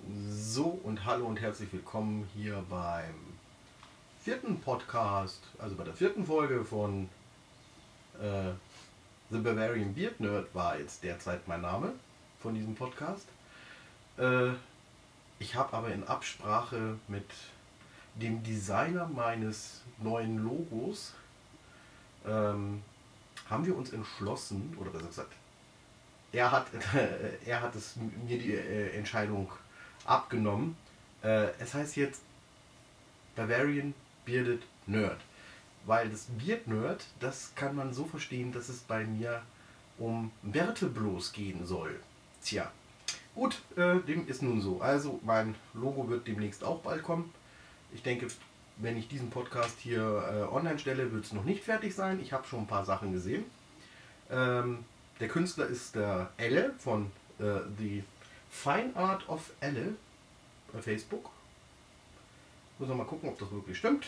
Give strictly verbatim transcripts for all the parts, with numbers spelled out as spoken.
So, und hallo und herzlich willkommen hier beim vierten Podcast, also bei der vierten Folge von äh, The Bavarian Beard Nerd war jetzt derzeit mein Name von diesem Podcast. Äh, ich habe aber in Absprache mit dem Designer meines neuen Logos ähm, haben wir uns entschlossen, oder besser gesagt, er hat, er hat es mir die äh, Entscheidung abgenommen. Äh, es heißt jetzt Bavarian Bearded Nerd. Weil das Beard Nerd, das kann man so verstehen, dass es bei mir um Bärte bloß gehen soll. Tja, gut, äh, dem ist nun so. Also mein Logo wird demnächst auch bald kommen. Ich denke, wenn ich diesen Podcast hier äh, online stelle, wird es noch nicht fertig sein. Ich habe schon ein paar Sachen gesehen. Ähm, der Künstler ist der Elle von äh, The Fine Art of Elle bei Facebook. Muss noch mal gucken, ob das wirklich stimmt.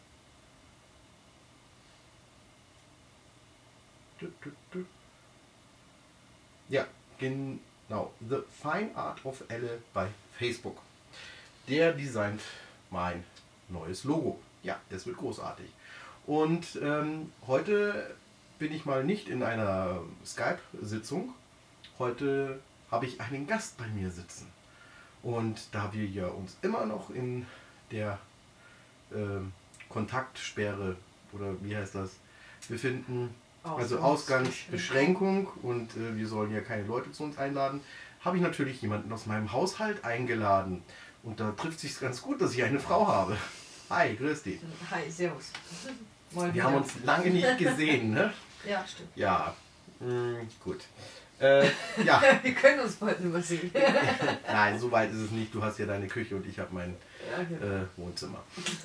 Ja, genau. The Fine Art of Elle bei Facebook. Der designt mein neues Logo. Ja, das wird großartig. Und ähm, heute bin ich mal nicht in einer Skype-Sitzung. Heute habe ich einen Gast bei mir sitzen. Und da wir ja uns immer noch in der äh, Kontaktsperre oder wie heißt das befinden, also Ausgangsbeschränkung und äh, wir sollen ja keine Leute zu uns einladen, habe ich natürlich jemanden aus meinem Haushalt eingeladen. Und da trifft sich ganz gut, dass ich eine Frau habe. Hi, grüß dich. Hi, servus. Mal wir wieder. Haben uns lange nicht gesehen, ne? Ja, stimmt. Ja, mh, gut. Äh, ja. Wir können uns bald nicht mehr sehen. Nein, so weit ist es nicht. Du hast ja deine Küche und ich habe mein ja, genau. äh, Wohnzimmer.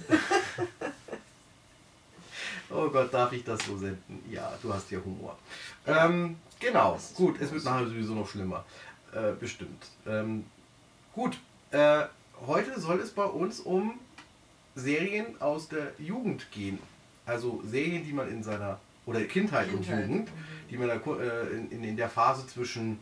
Oh Gott, darf ich das so senden? Ja, du hast ja Humor. Ja. Ähm, genau, gut, es wird nachher sowieso noch schlimmer. Äh, bestimmt. Ähm, gut, äh, heute soll es bei uns um Serien aus der Jugend gehen. Also Serien, die man in seiner, oder Kindheit, Kindheit. und Jugend, die man äh, in, in, in der Phase zwischen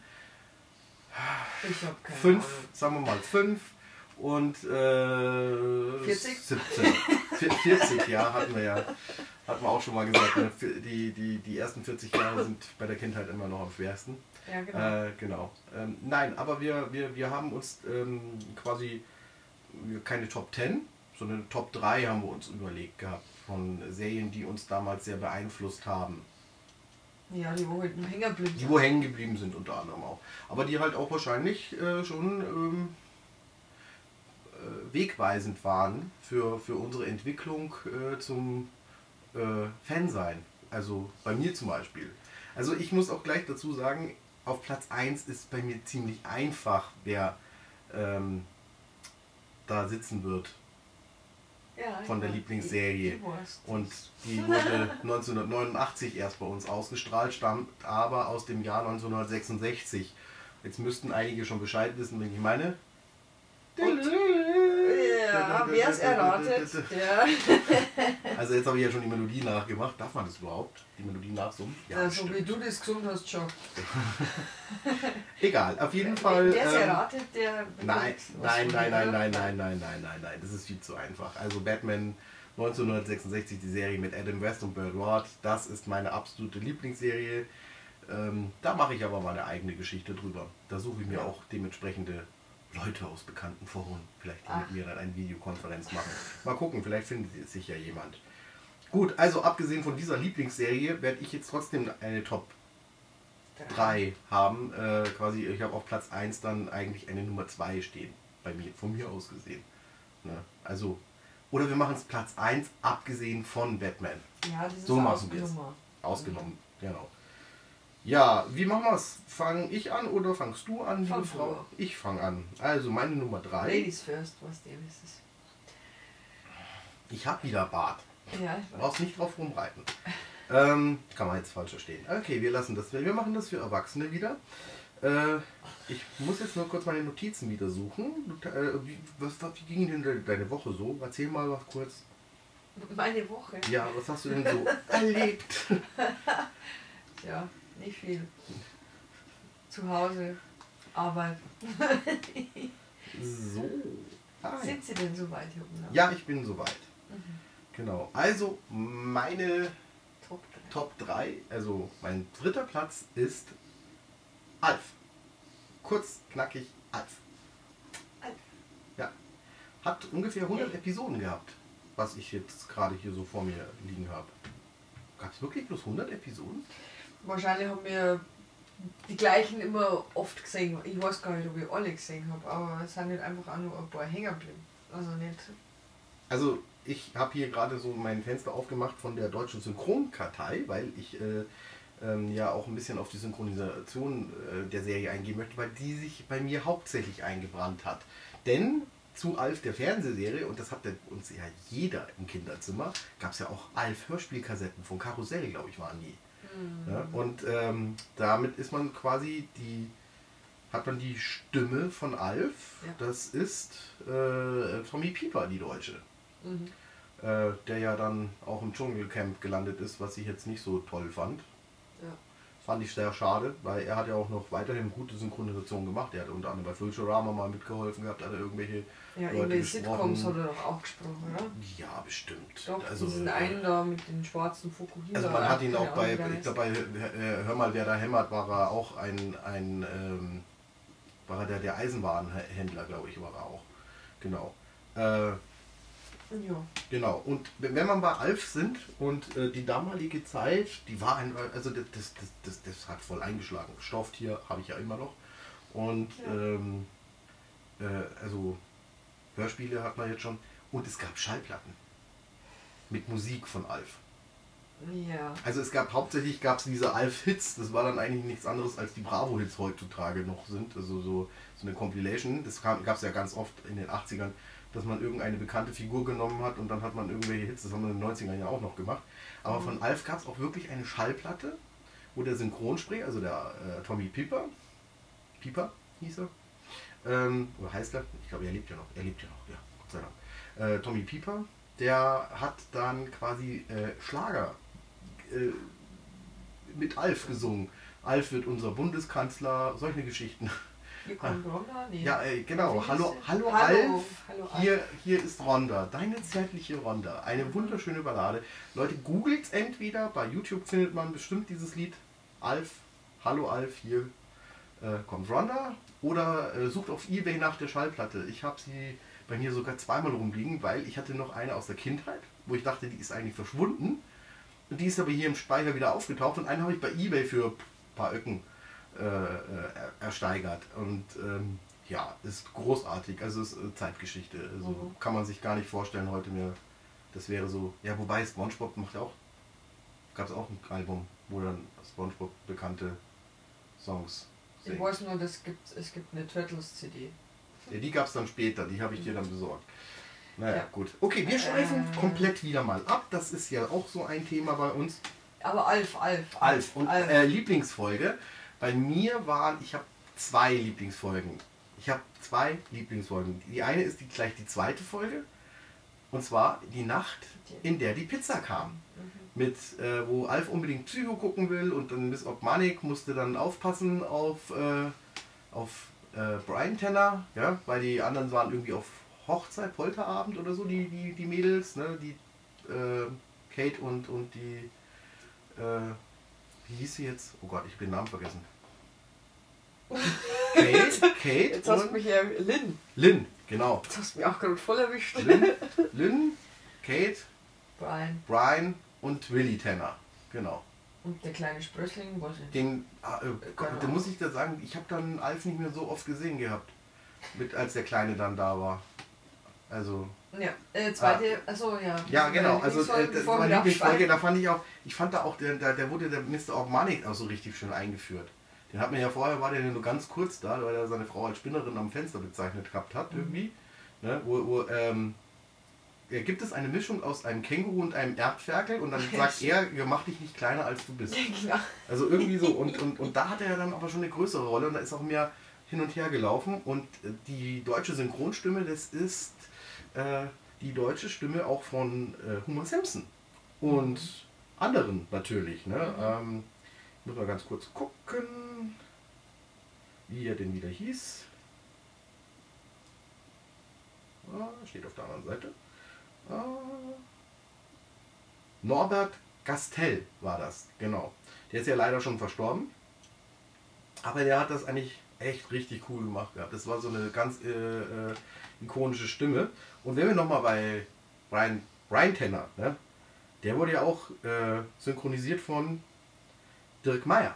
fünf, sagen wir mal fünf und äh, vierzig? siebzehn. vierzig, ja, hatten wir ja. Hat man auch schon mal gesagt, ne? die, die, die ersten vierzig Jahre sind bei der Kindheit immer noch am schwersten. Ja, genau. Äh, genau. Ähm, nein, aber wir, wir, wir haben uns ähm, quasi keine Top zehn, sondern Top drei haben wir uns überlegt gehabt von Serien, die uns damals sehr beeinflusst haben. Ja, die wo halt hängen geblieben sind. Die wo hängen geblieben sind unter anderem auch. Aber die halt auch wahrscheinlich äh, schon ähm, äh, wegweisend waren für, für unsere Entwicklung äh, zum Äh, Fan sein. Also bei mir zum Beispiel. Also ich muss auch gleich dazu sagen, auf Platz eins ist bei mir ziemlich einfach, wer ähm, da sitzen wird ja, von der Lieblingsserie. Die, die Und die wurde neunzehnhundertneunundachtzig erst bei uns ausgestrahlt, stammt aber aus dem Jahr neunzehnhundertsechsundsechzig. Jetzt müssten einige schon Bescheid wissen, wenn ich meine. Und? Ja, wer es erratet, ja. Also jetzt habe ich ja schon die Melodie nachgemacht. Darf man das überhaupt? Die Melodie nachsummen? Ja, ja so wie du das gesungen hast, schon. Egal, auf jeden Fall. Wer es ähm, erratet, der... Nein, nein, nein, nein, nein, nein, nein, nein, nein, nein. Das ist viel zu einfach. Also Batman neunzehnhundertsechsundsechzig, die Serie mit Adam West und Burt Ward, das ist meine absolute Lieblingsserie. Ähm, da mache ich aber mal eine eigene Geschichte drüber. Da suche ich mir ja. auch dementsprechende Leute aus bekannten Foren, vielleicht die mit mir dann eine Videokonferenz machen. Mal gucken, vielleicht findet sich ja jemand. Gut, also abgesehen von dieser Lieblingsserie werde ich jetzt trotzdem eine Top drei haben. Äh, quasi, ich habe auf Platz eins dann eigentlich eine Nummer zwei stehen, bei mir, von mir aus gesehen. Ne? Also, oder wir machen es Platz eins, abgesehen von Batman. Ja, das ist so machen wir es. Ausgenommen, mhm. genau. Ja, wie machen wir es? Fange ich an oder fangst du an, liebe Frau? Ich fange an. Also meine Nummer drei. Ladies first, was dem ist es. Ich habe wieder Bart. Ja, ich brauchst nicht drauf rumreiten. ähm, kann man jetzt falsch verstehen. Okay, wir lassen das. Wir machen das für Erwachsene wieder. Äh, ich muss jetzt nur kurz meine Notizen wieder suchen. Äh, wie, was, wie ging denn deine Woche so? Erzähl mal was kurz. Meine Woche? Ja, was hast du denn so erlebt? Ja. Nicht viel. Zu Hause, Arbeit. So, Sind Sie denn so weit, Herr Umlauf? Ja, ich bin soweit. Mhm. Genau. Also meine Top drei. Top drei, also mein dritter Platz ist Alf. Kurz, knackig, Alf. Alf. Ja. Hat ungefähr hundert Yay. Episoden gehabt, was ich jetzt gerade hier so vor mir liegen habe. Gab es wirklich bloß hundert Episoden? Wahrscheinlich haben wir die gleichen immer oft gesehen. Ich weiß gar nicht, ob ich alle gesehen habe, aber es sind nicht einfach auch nur ein paar hängen geblieben. Also nicht. Also ich habe hier gerade so mein Fenster aufgemacht von der deutschen Synchronkartei, weil ich äh, ähm, ja auch ein bisschen auf die Synchronisation äh, der Serie eingehen möchte, weil die sich bei mir hauptsächlich eingebrannt hat. Denn zu Alf der Fernsehserie, und das hat der, uns ja jeder im Kinderzimmer, gab es ja auch Alf-Hörspielkassetten von Karussell, glaube ich, waren die. Mhm. Ja, und ähm, damit ist man quasi die, hat man die Stimme von Alf, Ja. das ist äh, Tommy Pieper, die Deutsche. Mhm. Äh, der ja dann auch im Dschungelcamp gelandet ist, was ich jetzt nicht so toll fand. Ja. Fand ich sehr schade, weil er hat ja auch noch weiterhin gute Synchronisation gemacht. Er hat unter anderem bei Futurama mal mitgeholfen gehabt, hat er irgendwelche Ja, Leute irgendwelche gesprochen. Sitcoms hat er doch auch gesprochen, oder? Ja, bestimmt. Doch, also, diesen äh, einen da mit den schwarzen Fukuhila. Also man hat ihn keine auch bei, Ahnung, wie der ich glaube bei äh, Hör mal, wer da hämmert, war er auch ein, ein ähm, war er der, der Eisenwarenhändler, glaube ich, war er auch. Genau. Äh, heißt. Ja. Genau, und wenn man bei Alf sind und äh, die damalige Zeit, die war ein, also das, das, das, das, das hat voll eingeschlagen. Stofftier habe ich ja immer noch. Und Ja. ähm, äh, also Hörspiele hat man jetzt schon. Und es gab Schallplatten mit Musik von Alf. Ja. Also es gab hauptsächlich gab es diese Alf-Hits, das war dann eigentlich nichts anderes als die Bravo-Hits heutzutage noch sind. Also so, so eine Compilation, das gab es ja ganz oft in den achtzigern, dass man irgendeine bekannte Figur genommen hat und dann hat man irgendwelche Hits, das haben wir in den neunzigern ja auch noch gemacht. Aber Mhm. von Alf gab es auch wirklich eine Schallplatte, wo der Synchronsprecher, also der äh, Tommy Pieper, Pieper hieß er, ähm, oder heißt er? Ich glaube, er lebt ja noch, er lebt ja noch, ja, Gott sei Dank. Äh, Tommy Pieper, der hat dann quasi äh, Schlager äh, mit Alf gesungen. Alf wird unser Bundeskanzler, solche Geschichten. Hier kommt Ronda? Nee. Ja, äh, genau. Wie Hallo, hieß sie? hallo, Hallo, Alf. hallo, Hier, hier ist Ronda, deine zärtliche Ronda. Eine Mhm. wunderschöne Ballade. Leute, googelt entweder, bei YouTube findet man bestimmt dieses Lied. Alf, hallo Alf, hier äh, kommt Ronda. Oder äh, sucht auf eBay nach der Schallplatte. Ich habe sie bei mir sogar zweimal rumliegen, weil ich hatte noch eine aus der Kindheit, wo ich dachte, die ist eigentlich verschwunden. Und die ist aber hier im Speicher wieder aufgetaucht und einen habe ich bei eBay für ein paar Öcken äh, äh, ersteigert. Und ähm, ja, ist großartig. Also ist äh, Zeitgeschichte. Also Mhm. kann man sich gar nicht vorstellen heute mehr. Das wäre so. Ja, wobei SpongeBob macht auch. Gab es auch ein Album, wo dann SpongeBob bekannte Songs Ich singt. weiß nur, dass gibt, es gibt eine Turtles-C D. Ja, die gab es dann später, die habe ich dir dann besorgt. Naja, Ja. gut. Okay, wir schweifen Äh. komplett wieder mal ab. Das ist ja auch so ein Thema bei uns. Aber Alf, Alf. Alf. Und Alf. Äh, Lieblingsfolge. Bei mir waren, ich habe zwei Lieblingsfolgen. Ich habe zwei Lieblingsfolgen. Die eine ist die, gleich die zweite Folge. Und zwar die Nacht, in der die Pizza kam. Mhm. Mit, äh, wo Alf unbedingt Psycho gucken will und dann Miss Ogmanik musste dann aufpassen auf, äh, auf äh, Brian Tanner, ja, weil die anderen waren irgendwie auf Hochzeit, Polterabend oder so, die, die, die Mädels, ne, die äh, Kate und, und die, äh, wie hieß sie jetzt? Oh Gott, ich habe den Namen vergessen. Kate, Kate Jetzt hast du und mich ja. Lynn. Lynn, genau. Jetzt hast du mich auch gerade voll erwischt. Lynn, Lynn, Kate, Brian. Brian und Willy Tanner, genau. Und der kleine Sprössling, weiß ich nicht. Den, ah, äh, Gott, Genau. da muss ich da sagen, ich habe dann Alf nicht mehr so oft gesehen gehabt, mit, als der Kleine dann da war. Also, Ja, äh, zweite, achso, ja. ja genau, also äh, Lieblingsfolge, das bevor war wir Lieblingsfolge, abschweifen. da fand ich auch, ich fand da auch, der, der, der wurde der Mister Organic auch so richtig schön eingeführt. Den hat man ja vorher, war der nur ganz kurz da, weil er seine Frau als Spinnerin am Fenster bezeichnet gehabt hat, Mhm. irgendwie. Ne, wo, wo, ähm, ja, gibt es eine Mischung aus einem Känguru und einem Erdferkel und dann sagt er, ja, mach dich nicht kleiner als du bist. Ja, Also irgendwie so, und, und, und da hat er ja dann aber schon eine größere Rolle und da ist auch mehr hin und her gelaufen. Und äh, die deutsche Synchronstimme, das ist äh, die deutsche Stimme auch von äh, Homer Simpson und anderen natürlich. Ne? Mhm. Ähm, ich muss mal ganz kurz gucken, wie er denn wieder hieß. Ah, steht auf der anderen Seite. Äh, Norbert Gastel war das, genau. Der ist ja leider schon verstorben. Aber der hat das eigentlich echt richtig cool gemacht gehabt. Das war so eine ganz äh, äh, ikonische Stimme. Und wenn wir nochmal bei Brian, Brian Tanner, ne? Der wurde ja auch äh, synchronisiert von Dirk Meyer.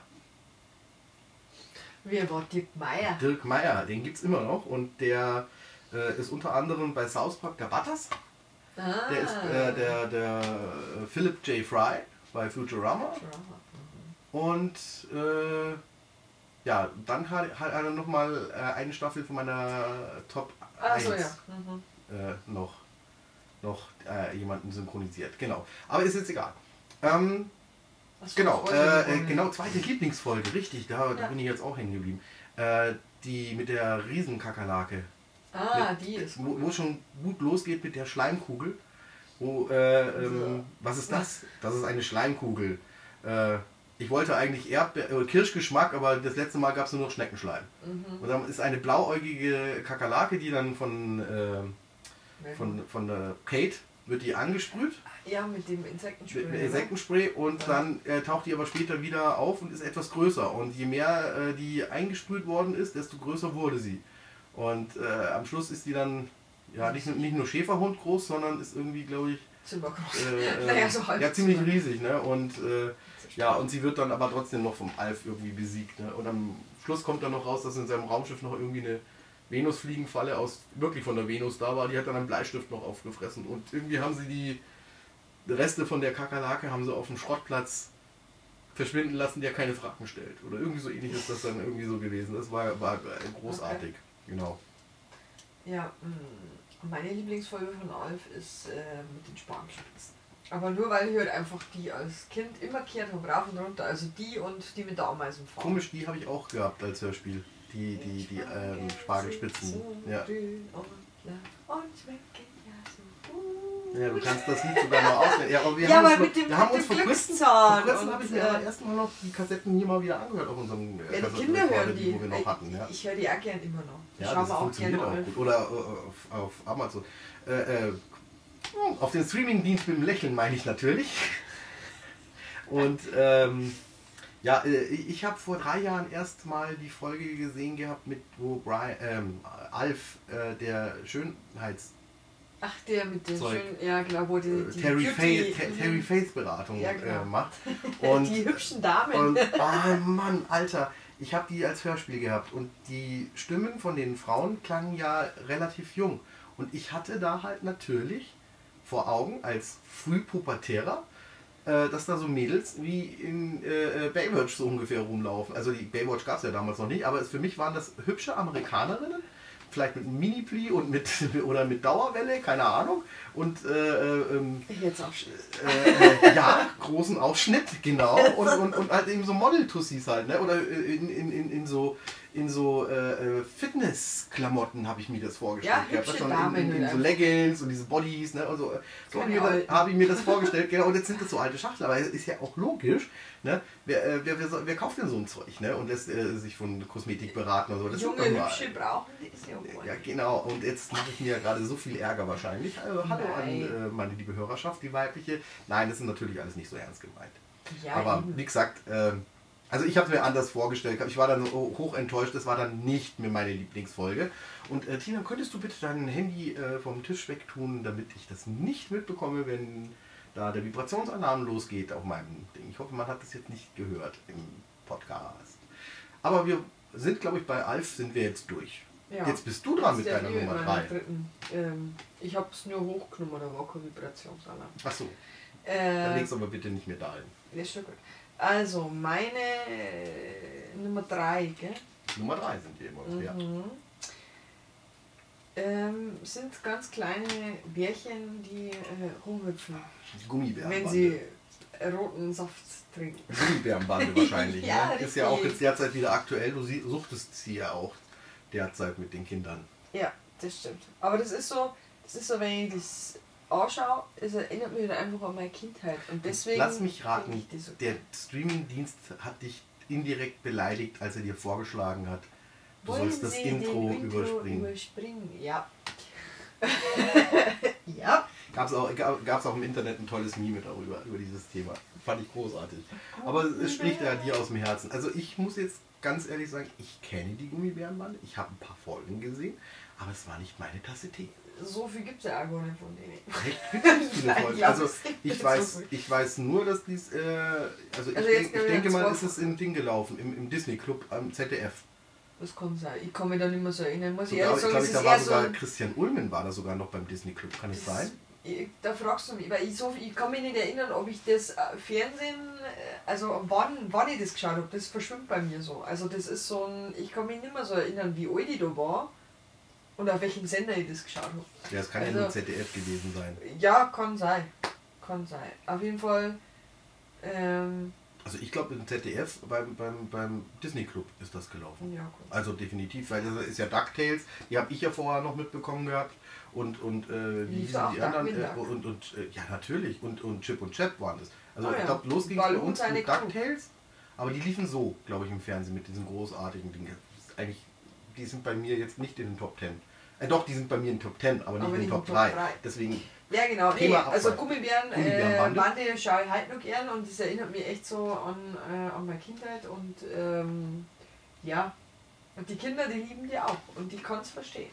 Wer war Dirk Meyer? Dirk Meyer, den gibt es immer noch. Und der äh, ist unter anderem bei South Park der Butters. Ah. Der ist äh, der, der äh, Philip J. Fry bei Futurama. Und äh, ja, dann hat, hat er nochmal äh, eine Staffel von meiner Top eins so, ja. mhm. äh, noch, noch äh, jemanden synchronisiert. Genau. Aber ist jetzt egal. Ähm, So, genau, Folge, äh, genau, zweite Lieblingsfolge, richtig, da, da ja. bin ich jetzt auch hängen geblieben. Äh, die mit der Riesenkakerlake. Ah, mit, die ist wo, cool. wo schon gut losgeht mit der Schleimkugel. Wo, äh, ähm, was ist das? Das ist eine Schleimkugel. Äh, ich wollte eigentlich Erdbe äh, Kirschgeschmack, aber das letzte Mal gab es nur noch Schneckenschleim. Mhm. Und dann ist eine blauäugige Kakerlake, die dann von, äh, von, von der Kate wird die angesprüht. Ja, mit dem Insektenspray. Mit Insektenspray und ja. dann äh, taucht die aber später wieder auf und ist etwas größer. Und je mehr äh, die eingesprüht worden ist, desto größer wurde sie. Und äh, am Schluss ist die dann ja nicht, nicht nur Schäferhund groß, sondern ist irgendwie, glaube ich, Zimmergroß. Äh, naja, so halb ja, ziemlich Zimmer. riesig. Ne? Und äh, ja, und sie wird dann aber trotzdem noch vom Alf irgendwie besiegt. Ne? Und am Schluss kommt dann noch raus, dass in seinem Raumschiff noch irgendwie eine Venusfliegenfalle aus wirklich von der Venus da war. Die hat dann einen Bleistift noch aufgefressen. Und irgendwie haben sie die Reste von der Kakerlake haben sie auf dem Schrottplatz verschwinden lassen, der keine Fragen stellt. Oder irgendwie so ähnlich ist das dann irgendwie so gewesen. Das war, war großartig. Okay. Genau. Ja, meine Lieblingsfolge von Alf ist äh, mit den Spanspitzen. Aber nur weil ich halt einfach die als Kind immer gehört habe, rauf und runter. Also die und die mit der Ameisenfarbe. Komisch, die habe ich auch gehabt als Hörspiel. Die, die, die ähm, Spargelspitzen. Ja. Ja, du kannst das Lied sogar noch auswählen. Ja, aber wir ja, haben aber uns, mit dem, wir haben mit uns dem vor kurzem, vor kurzem habe ich mir aber erstmal noch die Kassetten hier mal wieder angehört auf unserem äh, ja, die Kinder hören die, wo wir noch hatten. Ja. Ich höre die auch gerne immer noch. Die ja, schauen das wir auch funktioniert gerne auch gut. Oder äh, auf, auf Amazon. Äh, äh, auf den Streamingdienst mit dem Lächeln meine ich natürlich. Und ähm, ja, ich habe vor drei Jahren erst mal die Folge gesehen gehabt, mit wo Brian, ähm, Alf, äh, der Schönheits... Ach, der mit dem schönen, ja genau, wo die, die Terry, Beauty, Face, Terry Face Beratung ja, genau. äh, macht. Und, die hübschen Damen. Und, oh Mann, Alter, ich habe die als Hörspiel gehabt und die Stimmen von den Frauen klangen ja relativ jung. Und ich hatte da halt natürlich vor Augen als Frühpubertärer, äh, dass da so Mädels wie in äh, Baywatch so ungefähr rumlaufen. Also die Baywatch gab es ja damals noch nicht, aber es, für mich waren das hübsche Amerikanerinnen. Vielleicht mit einem Mini-Pli und mit oder mit Dauerwelle, keine Ahnung. Und äh, ähm, Jetzt Aufschnitt. Äh, äh, ja, großen Ausschnitt, genau. Und, und, und halt eben so Model-Tussis halt, ne? Oder in, in, in, in so in so äh, Fitness-Klamotten habe ich mir das vorgestellt. Ja, hübsche schon Damen in, in, in so Leggings und diese Bodies, ne? Und so so habe hab ich mir das vorgestellt. Genau, und jetzt sind das so alte Schachtel, aber es ist ja auch logisch, ne? Wer, äh, wer, wer, wer kauft denn so ein Zeug, ne? Und lässt äh, sich von Kosmetik beraten oder so. Das Junge, hübsche brauchen die ist ja auch. Ja, genau. Und jetzt mache ich mir gerade so viel Ärger wahrscheinlich. Also, hallo Nein. an äh, meine liebe Hörerschaft, die weibliche. Nein, das ist natürlich alles nicht so ernst gemeint. Ja, aber eben. wie gesagt, äh, also ich habe es mir anders vorgestellt. Ich war dann so hoch enttäuscht. Das war dann nicht mehr meine Lieblingsfolge. Und äh, Tina, könntest du bitte dein Handy äh, vom Tisch wegtun, damit ich das nicht mitbekomme, wenn da der Vibrationsalarm losgeht auf meinem Ding. Ich hoffe, man hat das jetzt nicht gehört im Podcast. Aber wir sind, glaube ich, bei Alf sind wir jetzt durch. Ja. Jetzt bist du dran mit deiner Nummer drei. Ähm, ich habe es nur hochgenommen, da war kein Vibrationsalarm. Achso. Äh, Dann legst du aber bitte nicht mehr da hin. Ist schon gut. Also, meine äh, Nummer drei, gell? Nummer drei sind wir immer, mhm. ja. Ähm, sind ganz kleine Bärchen, die äh, rumhüpfen. Gummibärenbande. Wenn sie roten Saft trinken. Gummibärenbande wahrscheinlich. Ja, ne? Ist ja auch jetzt derzeit wieder aktuell. Du suchtest sie ja auch derzeit mit den Kindern. Ja, das stimmt. Aber das ist so, das ist so, wenn ich das anschaue, es erinnert mich einfach an meine Kindheit. Und deswegen. Lass mich raten, so der Streamingdienst hat dich indirekt beleidigt, als er dir vorgeschlagen hat, du Wollen sollst das Sie Intro, den Intro überspringen. überspringen. Ja. Ja. Gab es auch, gab's auch im Internet ein tolles Meme darüber, über dieses Thema. Fand ich großartig. Aber es spricht ja dir aus dem Herzen. Also ich muss jetzt ganz ehrlich sagen, ich kenne die Gummibärenbande, ich habe ein paar Folgen gesehen, aber es war nicht meine Tasse Tee. So viel gibt es ja auch gar nicht von denen. Echt? Gibt es nicht viele Nein, Folgen? glaub, Also es gibt ich nicht weiß, so viel. ich weiß nur, dass dies, äh, also ich, Also denk, jetzt ich gehen wir denke ans mal, Wort. ist es im Ding gelaufen, im, im Disney Club am Z D F. Das kann sein. Ich kann mich da nicht mehr so erinnern. Muss ich Sogar, ehrlich ich sagen, glaube, es da ist war eher so sogar ein, Christian Ulmen war da sogar noch beim Disney Club, kann es das- sein? ich, da fragst du mich, weil ich, so, ich kann mich nicht erinnern, ob ich das äh, Fernsehen, äh, also wann, wann ich das geschaut habe, das verschwimmt bei mir so. Also das ist so ein, ich kann mich nicht mehr so erinnern, wie alt ich da war und auf welchem Sender ich das geschaut habe. Ja, es kann Also- ja nur Z D F gewesen sein. Ja, kann sein. Kann sein. Auf jeden Fall, ähm, Also ich glaube im Z D F beim, beim, beim Disney Club ist das gelaufen. ja gut. Also definitiv, weil das ist ja DuckTales, die habe ich ja vorher noch mitbekommen gehabt. Und, und äh, wie Lief hießen da die auch anderen? Duck Äh, Duck? und und äh, ja, natürlich. Und, und Chip und Chap waren das. Also Ah, ich ja. glaube, los ging es bei Baloo und uns seine mit Crew. DuckTales. Aber die liefen so, glaube ich, im Fernsehen mit diesen großartigen Dingen. Das ist eigentlich, die sind bei mir jetzt nicht in den Top Ten. Äh, doch, die sind bei mir in den Top Ten, aber nicht Aber in den nicht Top im Top drei. drei. Deswegen, Ja genau, nee, Thema also Abfall. Gummibären, äh, Gummibärenbande. Bande schaue ich halt noch gern und das erinnert mich echt so an, äh, an meine Kindheit und ähm, ja, und die Kinder, die lieben die auch und die können es verstehen.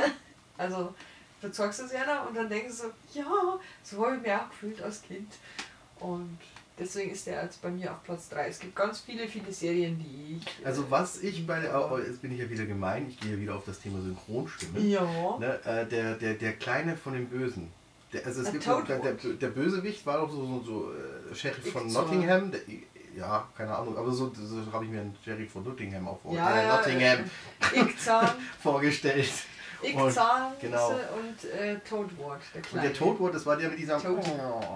Also du zeigst es einer und dann denkst du so, ja, so habe ich mich auch gefühlt als Kind und deswegen ist der jetzt bei mir auf Platz drei. Es gibt ganz viele, viele Serien, die ich... also äh, was ich bei der, oh, jetzt bin ich ja wieder gemein, ich gehe ja wieder auf das Thema Synchronstimme. Ja. Ne, äh, der, der, der Kleine von den Bösen. Der, also es Der gibt so, der, Toadwood. der, der Bösewicht war doch so, so, so äh, Sheriff von Ixor. Nottingham. Der, ja, keine Ahnung, aber so, so habe ich mir einen Sheriff von Nottingham auch vor, Ja, äh, ja, Nottingham Ickzahn, vorgestellt. Ickzahn genau. und äh, Toadwort, der Und Kleine. der Toadwood, das war der mit dieser Toad.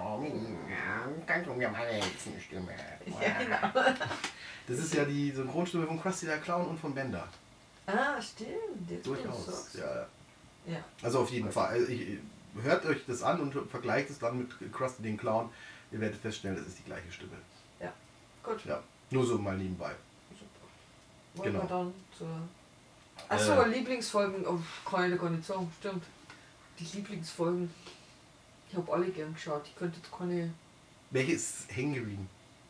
kannst du mir meine Hexenstimme. Ja, genau. Das ist ja die Synchronstimme von Krusty der Clown und von Bender. Ah, stimmt. Jetzt wo du Durchaus. sagst. Ja. Ja. Also auf jeden Fall. Also ich, hört euch das an und vergleicht es dann mit Krusty den Clown. Ihr werdet feststellen, das ist die gleiche Stimme. Gut. Ja, nur so mal nebenbei. Super. Wollen Genau. wir dann zur. Achso, Äh. Lieblingsfolgen. Oh, kann ich da gar nicht sagen. Stimmt. Die Lieblingsfolgen. Ich habe alle gern geschaut. Ich könnte jetzt keine. Welche ist hängen geblieben?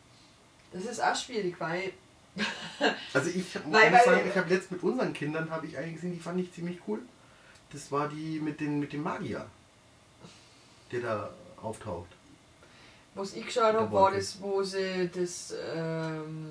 Das ist auch schwierig, weil. Also ich muss Weil- weil- sagen, ich habe letzt mit unseren Kindern habe ich eine gesehen, die fand ich ziemlich cool. Das war die mit, den, mit dem Magier, der da auftaucht. Was ich geschaut Der habe, war Wolke. das, wo sie das. Ähm,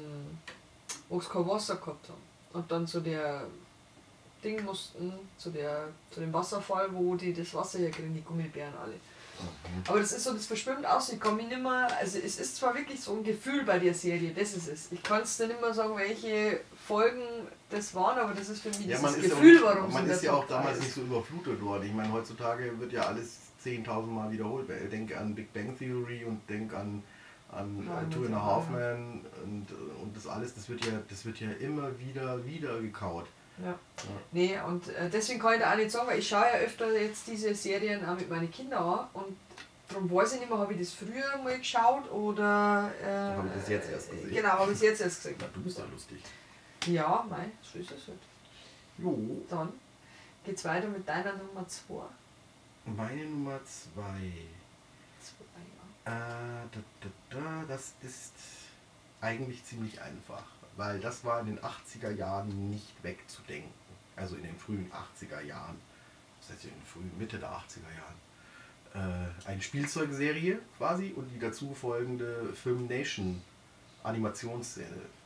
wo sie kein Wasser gehabt haben. Und dann zu der Ding mussten, zu, der, zu dem Wasserfall, wo die das Wasser herkriegen, die Gummibären alle. Aber das ist so, das verschwimmt aus, ich kann mich nicht mehr, also es ist zwar wirklich so ein Gefühl bei der Serie, das ist es. Ich kann es dir nicht mehr sagen, welche Folgen das waren, aber das ist für mich Ja, dieses man ist Gefühl, ja, warum auch, es man in der ist ja Top auch drei damals ist. nicht so überflutet worden. Ich meine, heutzutage wird ja alles zehntausend Mal wiederholt. Denke an Big Bang Theory und denk an, an Ja, äh, Two and a ja. Half Men und, und das alles, das wird ja, das wird ja immer wieder, wieder gekaut. Ja. Nee, und äh, deswegen kann ich da auch nicht sagen, weil ich schaue ja öfter jetzt diese Serien auch mit meinen Kindern an und darum weiß ich nicht mehr, habe ich das früher mal geschaut oder... Äh, Habe ich das jetzt erst gesehen. Genau, habe ich es jetzt erst gesehen. Na, du bist ja lustig. Ja, mei, so ist es halt. Jo. Dann geht's weiter mit deiner Nummer zwei. Meine Nummer zwei. Zwei, ja. Äh, da, da, da, das ist eigentlich ziemlich einfach, weil das war in den achtziger Jahren nicht wegzudenken. Also in den frühen achtziger Jahren, das heißt in den frühen Mitte der achtziger Jahren. Äh, eine Spielzeugserie quasi und die dazu folgende Filmation Animationsszene.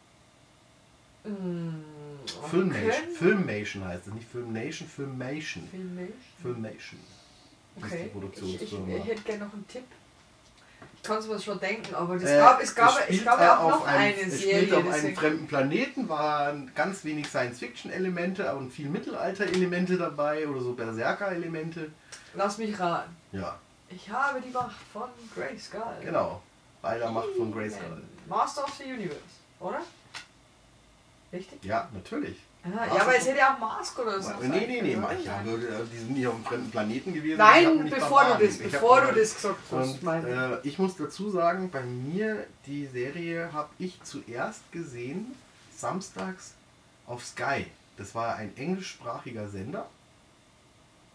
Mm, Filmation, okay. Filmation heißt es, nicht Filmation, Filmation. Filmation. Filmation. Das ist die Okay. Ich, ich, Produktionsfirma. ich hätte gerne noch einen Tipp. Ich kann es mir schon denken, aber das Äh, gab, es gab, spielt es gab äh, ja auch auf noch einem- eine es Serie. spielt auf einem deswegen- fremden Planeten, waren ganz wenig Science-Fiction-Elemente und viel Mittelalter-Elemente dabei oder so Berserker-Elemente. Lass mich raten. Ja, Ich habe die Macht von Grayskull. genau. Bei der Macht von Grayskull. Master of the Universe, oder? Richtig? Ja, natürlich. Ah, Master ja, aber es of- hätte ja auch Mask oder so. Nee, nee, nee, sein können, ich oder? habe, die sind nicht auf einem fremden Planeten gewesen. die hatten Nein, nicht bevor du Barbaren. das, Ich hab bevor du gesagt- das gesagt hast, Und meine ich. äh, ich muss dazu sagen, bei mir die Serie habe ich zuerst gesehen, samstags auf Sky. Das war ein englischsprachiger Sender.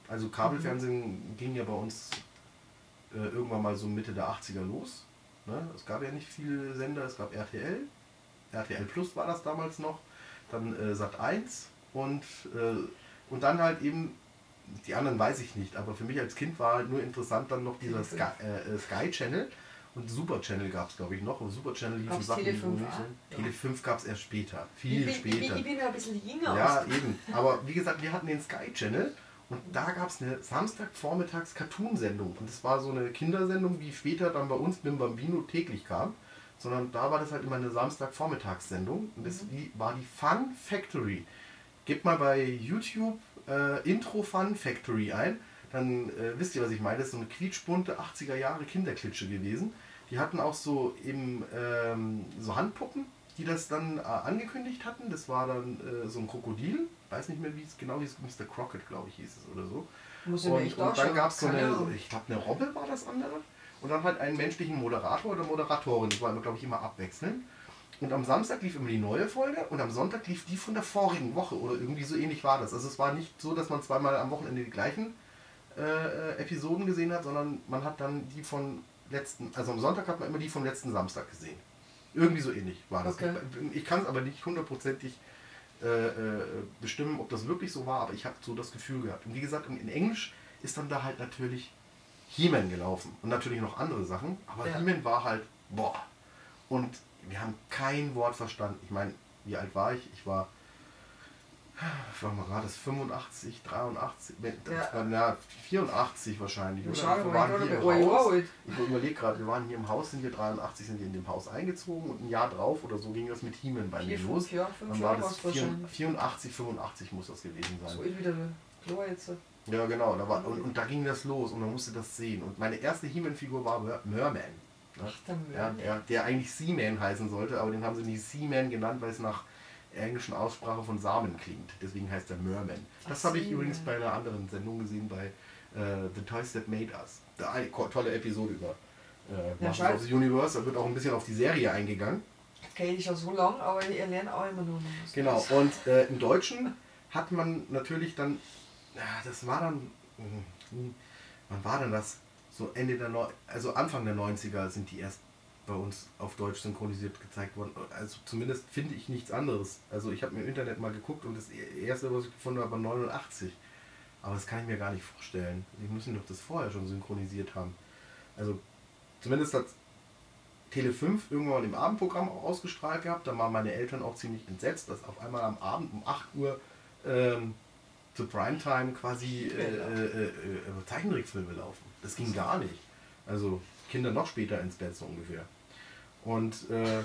Also Kabelfernsehen mhm. ging ja bei uns äh, irgendwann mal so Mitte der achtziger los. Ne? Es gab ja nicht viele Sender, es gab R T L. R T L Plus war das damals noch. Dann äh, Sat eins und, äh, und dann halt eben, die anderen weiß ich nicht, aber für mich als Kind war halt nur interessant dann noch dieser Sky, äh, Sky Channel. Und Super Channel gab es, glaube ich, noch. Und Super Channel liefen Sachen, Tele fünf, die nicht sind. Ja. Tele fünf gab es erst später. Viel ich bin, später. Ich bin, ich bin ja ein bisschen jünger. Ja, eben. Aber wie gesagt, wir hatten den Sky Channel und da gab es eine Samstagvormittags Cartoon-Sendung. Und das war so eine Kindersendung, wie später dann bei uns Bim Bambino täglich kam. Sondern da war das halt immer eine Samstagvormittagssendung. Und das mhm. war die Fun Factory. Gebt mal bei YouTube äh, Intro Fun Factory ein. Dann äh, wisst ihr, was ich meine. Das ist so eine quietschbunte achtziger Jahre Kinderklitsche gewesen. Die hatten auch so eben ähm, so Handpuppen, die das dann äh, angekündigt hatten. Das war dann äh, so ein Krokodil. Ich weiß nicht mehr, wie es genau hieß. Mister Crockett, glaube ich, hieß es oder so. Muss und, ich und dann gab es so eine, ich glaube, eine Robbe war das andere. Und dann halt einen menschlichen Moderator oder Moderatorin. Das war, glaube ich, immer abwechselnd. Und am Samstag lief immer die neue Folge und am Sonntag lief die von der vorigen Woche oder irgendwie so ähnlich war das. Also es war nicht so, dass man zweimal am Wochenende die gleichen äh, Episoden gesehen hat, sondern man hat dann die von letzten, also am Sonntag hat man immer die vom letzten Samstag gesehen. Irgendwie so ähnlich war das. Okay. Ich, ich kann es aber nicht hundertprozentig äh, äh, bestimmen, ob das wirklich so war, aber ich habe so das Gefühl gehabt. Und wie gesagt, in, in Englisch ist dann da halt natürlich He-Man gelaufen und natürlich noch andere Sachen, aber ja. He-Man war halt, boah. Und wir haben kein Wort verstanden. Ich meine, wie alt war ich? Ich war, ich war mal gerade das fünfundachtzig, dreiundachtzig, ja. war, na, vierundachtzig wahrscheinlich. Oder? Schade, wir waren hier im Haus. Ich überlege gerade, wir waren hier im Haus, sind wir dreiundachtzig, sind wir in dem Haus eingezogen und ein Jahr drauf oder so ging das mit He-Man bei mir los. Jahr, fünf Dann war das vierundachtzig, fünfundachtzig muss das gewesen sein. So ist wieder eine Klo jetzt. Ja genau, da war, und, und da ging das los und man musste das sehen. Und meine erste He-Man-Figur war Merman. Ach, der, ja, der, der eigentlich Seaman heißen sollte, aber den haben sie nicht Seaman genannt, weil es nach englischen Aussprache von Samen klingt. Deswegen heißt er Merman. Das habe ich übrigens bei einer anderen Sendung gesehen, bei äh, The Toys That Made Us. Eine tolle Episode über äh, Masters ja, of the Universe. Da wird auch ein bisschen auf die Serie eingegangen. Das kenne ich schon so lange, aber ich lerne auch immer nur noch was. Genau, und äh, im Deutschen hat man natürlich dann, ja, das war dann, hm, wann war denn das? So Ende der Neu also Anfang der neunziger sind die erst bei uns auf Deutsch synchronisiert gezeigt worden. Also zumindest finde ich nichts anderes. Also ich habe mir im Internet mal geguckt und das erste, was ich gefunden habe, war neunundachtzig. Aber das kann ich mir gar nicht vorstellen. Die müssen doch das vorher schon synchronisiert haben. Also zumindest hat Tele fünf irgendwann im Abendprogramm auch ausgestrahlt gehabt. Da waren meine Eltern auch ziemlich entsetzt, dass auf einmal am Abend um acht Uhr ähm, zu Primetime quasi äh, äh, äh, Zeichentrickfilme laufen. Das ging gar nicht. Also Kinder noch später ins Bett so ungefähr. Und äh,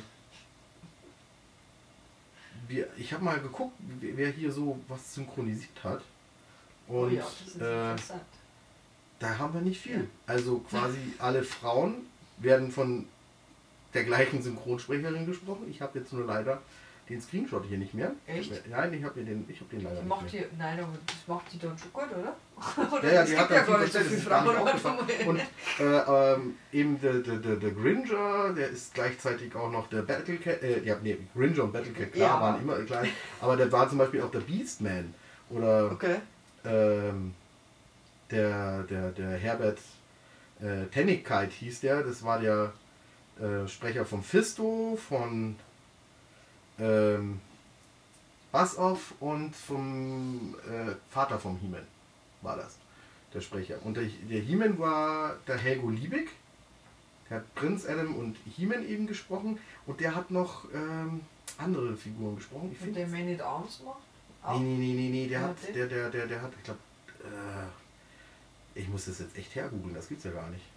wir, ich habe mal geguckt, wer hier so was synchronisiert hat. Und oh ja, äh, da haben wir nicht viel. Also quasi alle Frauen werden von der gleichen Synchronsprecherin gesprochen. Ich habe jetzt nur leider den Screenshot hier nicht mehr. Echt? Nein, ich habe den, ich hab den leider die nicht macht mehr. Die, nein, aber das macht die dann schon gut, oder? oder ja, ja, die hat ja gar nicht so viel Frauen. Und äh, ähm, eben der, der, der, der Gringer, der ist gleichzeitig auch noch der Battlecat, äh, ja, nee, Gringer und Battlecat, klar, ja. waren immer gleich, aber der war zum Beispiel auch der Beastman. Oder okay. ähm, der, der, der Herbert äh, Tennigkeit hieß der, das war der äh, Sprecher von Fisto, von Ähm, Bassoff und vom äh, Vater vom He-Man war das, der Sprecher. Und der, der He-Man war der Helgo Liebig, der hat Prinz Adam und He-Man eben gesprochen und der hat noch ähm, andere Figuren gesprochen. Ich und der Man at Arms macht? Nee, nee, nee, nee, nee, der hat, der, der, der, der hat, ich glaube, äh, ich muss das jetzt echt hergoogeln, das gibt's ja gar nicht.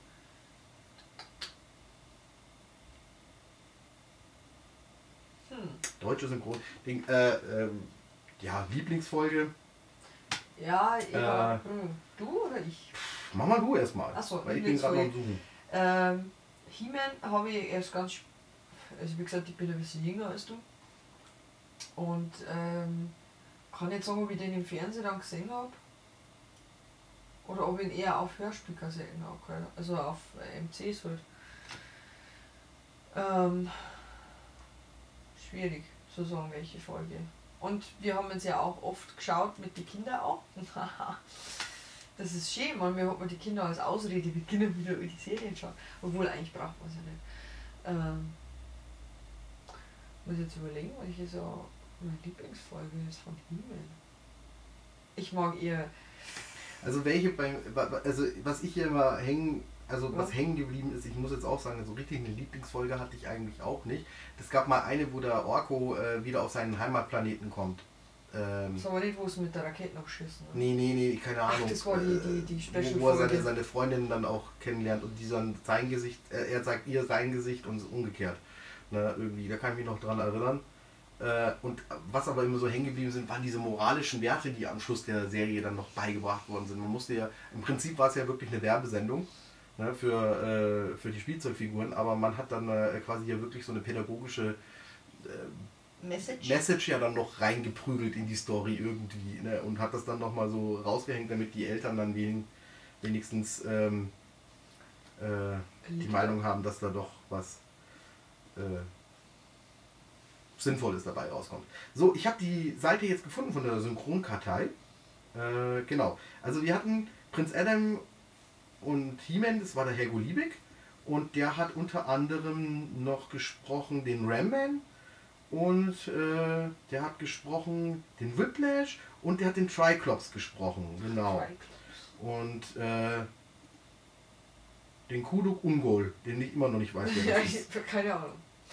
Deutsche Synchron. Ding, äh, ähm, ja, Lieblingsfolge. Ja, ja. Äh, du oder ich? Mach mal du erstmal. Achso, weil ich bin gerade noch am Suchen. Ähm, He-Man habe ich erst ganz. Also, wie gesagt, ich bin ein bisschen jünger als du. Und ähm, kann nicht sagen, ob ich den im Fernsehen dann gesehen habe. Oder ob ich ihn eher auf Hörspielkassetten habe. Also auf M Cs halt. Ähm. Schwierig zu sagen, welche Folge. Und wir haben uns ja auch oft geschaut mit den Kindern auch. Das ist schön, manchmal hat man die Kinder als Ausrede, wir können wieder über die Serien schauen. Obwohl, eigentlich braucht man es ja nicht. Ähm, muss jetzt überlegen, welche so meine Lieblingsfolge ist von He-Man. Ich mag eher. Also welche beim, also was ich hier immer hängen, also was Was? hängen geblieben ist, ich muss jetzt auch sagen, so richtig eine Lieblingsfolge hatte ich eigentlich auch nicht. Es gab mal eine, wo der Orko äh, wieder auf seinen Heimatplaneten kommt. Ähm, Das war nicht, wo es mit der Rakete noch geschissen hat. nee, nee, nee, keine Ach, Ahnung. das war die, die, die Wo er Special-Folge. seine, seine Freundin dann auch kennenlernt und die dann sein Gesicht, äh, er sagt ihr sein Gesicht und umgekehrt. Ne, irgendwie, da kann ich mich noch dran erinnern. Äh, und was aber immer so hängen geblieben sind, waren diese moralischen Werte, die am Schluss der Serie dann noch beigebracht worden sind. Man musste ja, im Prinzip war es ja wirklich eine Werbesendung, ne, für, äh, für die Spielzeugfiguren, aber man hat dann äh, quasi ja wirklich so eine pädagogische äh, Message? Message ja dann noch reingeprügelt in die Story irgendwie, ne, und hat das dann nochmal so rausgehängt, damit die Eltern dann wen, wenigstens ähm, äh, die Meinung haben, dass da doch was äh, Sinnvolles dabei rauskommt. So, ich habe die Seite jetzt gefunden von der Synchronkartei. Äh, genau. Also wir hatten Prinz Adam und He-Man, das war der Helgo Liebig. Und der hat unter anderem noch gesprochen den Ram-Man. Und äh, der hat gesprochen den Whiplash. Und der hat den Triclops gesprochen. Genau. Und äh, den Kuduk Ungol, den ich immer noch nicht weiß, wer Ja, das ich ist. hab keine Ahnung.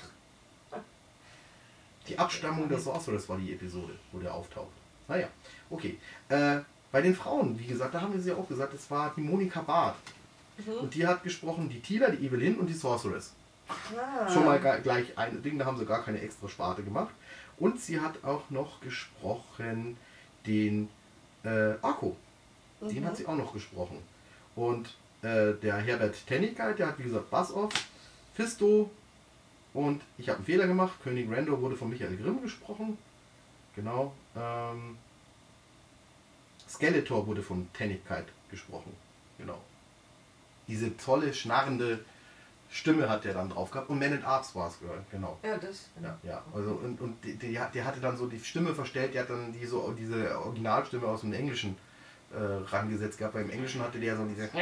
Die Abstammung des Sorcerers war die Episode, wo der auftaucht. Naja, okay. Äh, bei den Frauen, wie gesagt, da haben wir sie ja auch gesagt, es war die Monika Barth. Mhm. Und die hat gesprochen die Tila, die Evelyn und die Sorceress. Ah. Schon mal ga- gleich ein Ding, da haben sie gar keine extra Sparte gemacht. Und sie hat auch noch gesprochen den äh, Arco. Den Mhm. hat sie auch noch gesprochen. Und äh, der Herbert Tennigkeit, der hat wie gesagt Bassoff, Fisto. Und ich habe einen Fehler gemacht. König Rando wurde von Michael Grimm gesprochen. Genau. Ähm, Skeletor wurde von Tennigkeit gesprochen. Genau. Diese tolle, schnarrende Stimme hat der dann drauf gehabt. Und Man at Arms war es, genau. Ja, das. Ja, ja. Also, und, und die, die, der hatte dann so die Stimme verstellt, der hat dann die, so, diese Originalstimme aus dem Englischen äh, rangesetzt gehabt. Weil im Englischen hatte der so diese.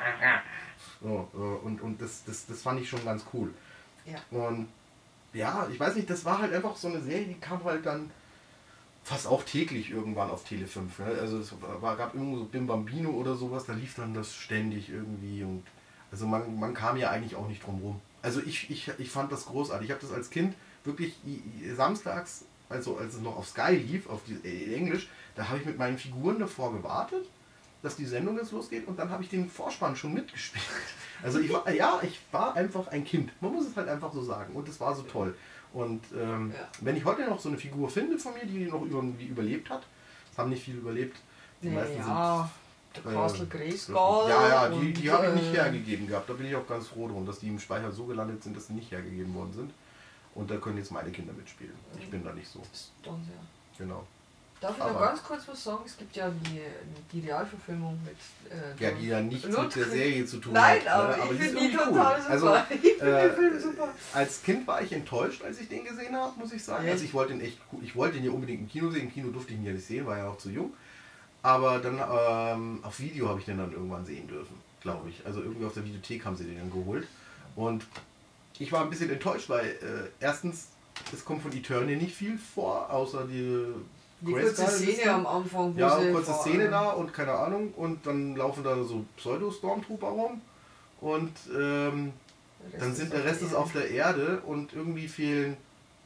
So, äh, und und das, das, das fand ich schon ganz cool. Ja. Und ja, ich weiß nicht, das war halt einfach so eine Serie, die kam halt dann fast auch täglich irgendwann auf Tele fünf. Ne? Also es war, gab irgendwo so Bim Bambino oder sowas, da lief dann das ständig irgendwie. Und also man, man kam ja eigentlich auch nicht drum rum. Also ich, ich, ich fand das großartig. Ich habe das als Kind wirklich i- i- samstags, also als es noch auf Sky lief, auf die, äh, Englisch, da habe ich mit meinen Figuren davor gewartet, dass die Sendung jetzt losgeht, und dann habe ich den Vorspann schon mitgespielt. Also ich war, ja, ich war einfach ein Kind. Man muss es halt einfach so sagen. Und es war so toll. Und ähm, Ja. wenn ich heute noch so eine Figur finde von mir, die noch irgendwie überlebt hat, es haben nicht viele überlebt. Die meisten Ja, sind der äh, Castle Grayskull. ja, ja, die, und, die habe ich nicht äh, hergegeben gehabt. Da bin ich auch ganz froh drum, dass die im Speicher so gelandet sind, dass sie nicht hergegeben worden sind. Und da können jetzt meine Kinder mitspielen. Ich bin da nicht so. Das ist dann sehr. Genau. Darf ich Aber- noch ganz kurz was sagen? Es gibt ja die, die Realverfilmung mit. Äh, Ja, die ja nichts mit Ludwig. der Serie zu tun Nein, hat. aber, ne? ich die ist finde die irgendwie total super. Also, ich finde äh, den Film super. als Kind war ich enttäuscht, als ich den gesehen habe, muss ich sagen. Echt? Also ich wollte ihn echt cool. Ich wollte ihn ja unbedingt im Kino sehen. Im Kino durfte ich ihn ja nicht sehen, war ja auch zu jung. Aber dann ähm, auf Video habe ich den dann irgendwann sehen dürfen, glaube ich. Also irgendwie auf der Videothek haben sie den dann geholt. Und ich war ein bisschen enttäuscht, weil äh, erstens, es kommt von Eternia nicht viel vor, außer die Die Grayskull kurze ein Szene bisschen. am Anfang, wo Ja, sie kurze vor- Szene da und keine Ahnung. Und dann laufen da so Pseudo-Stormtrooper rum. Und ähm, Der Rest dann ist sind auf der Rest der ist auf der Erde und irgendwie fehlen.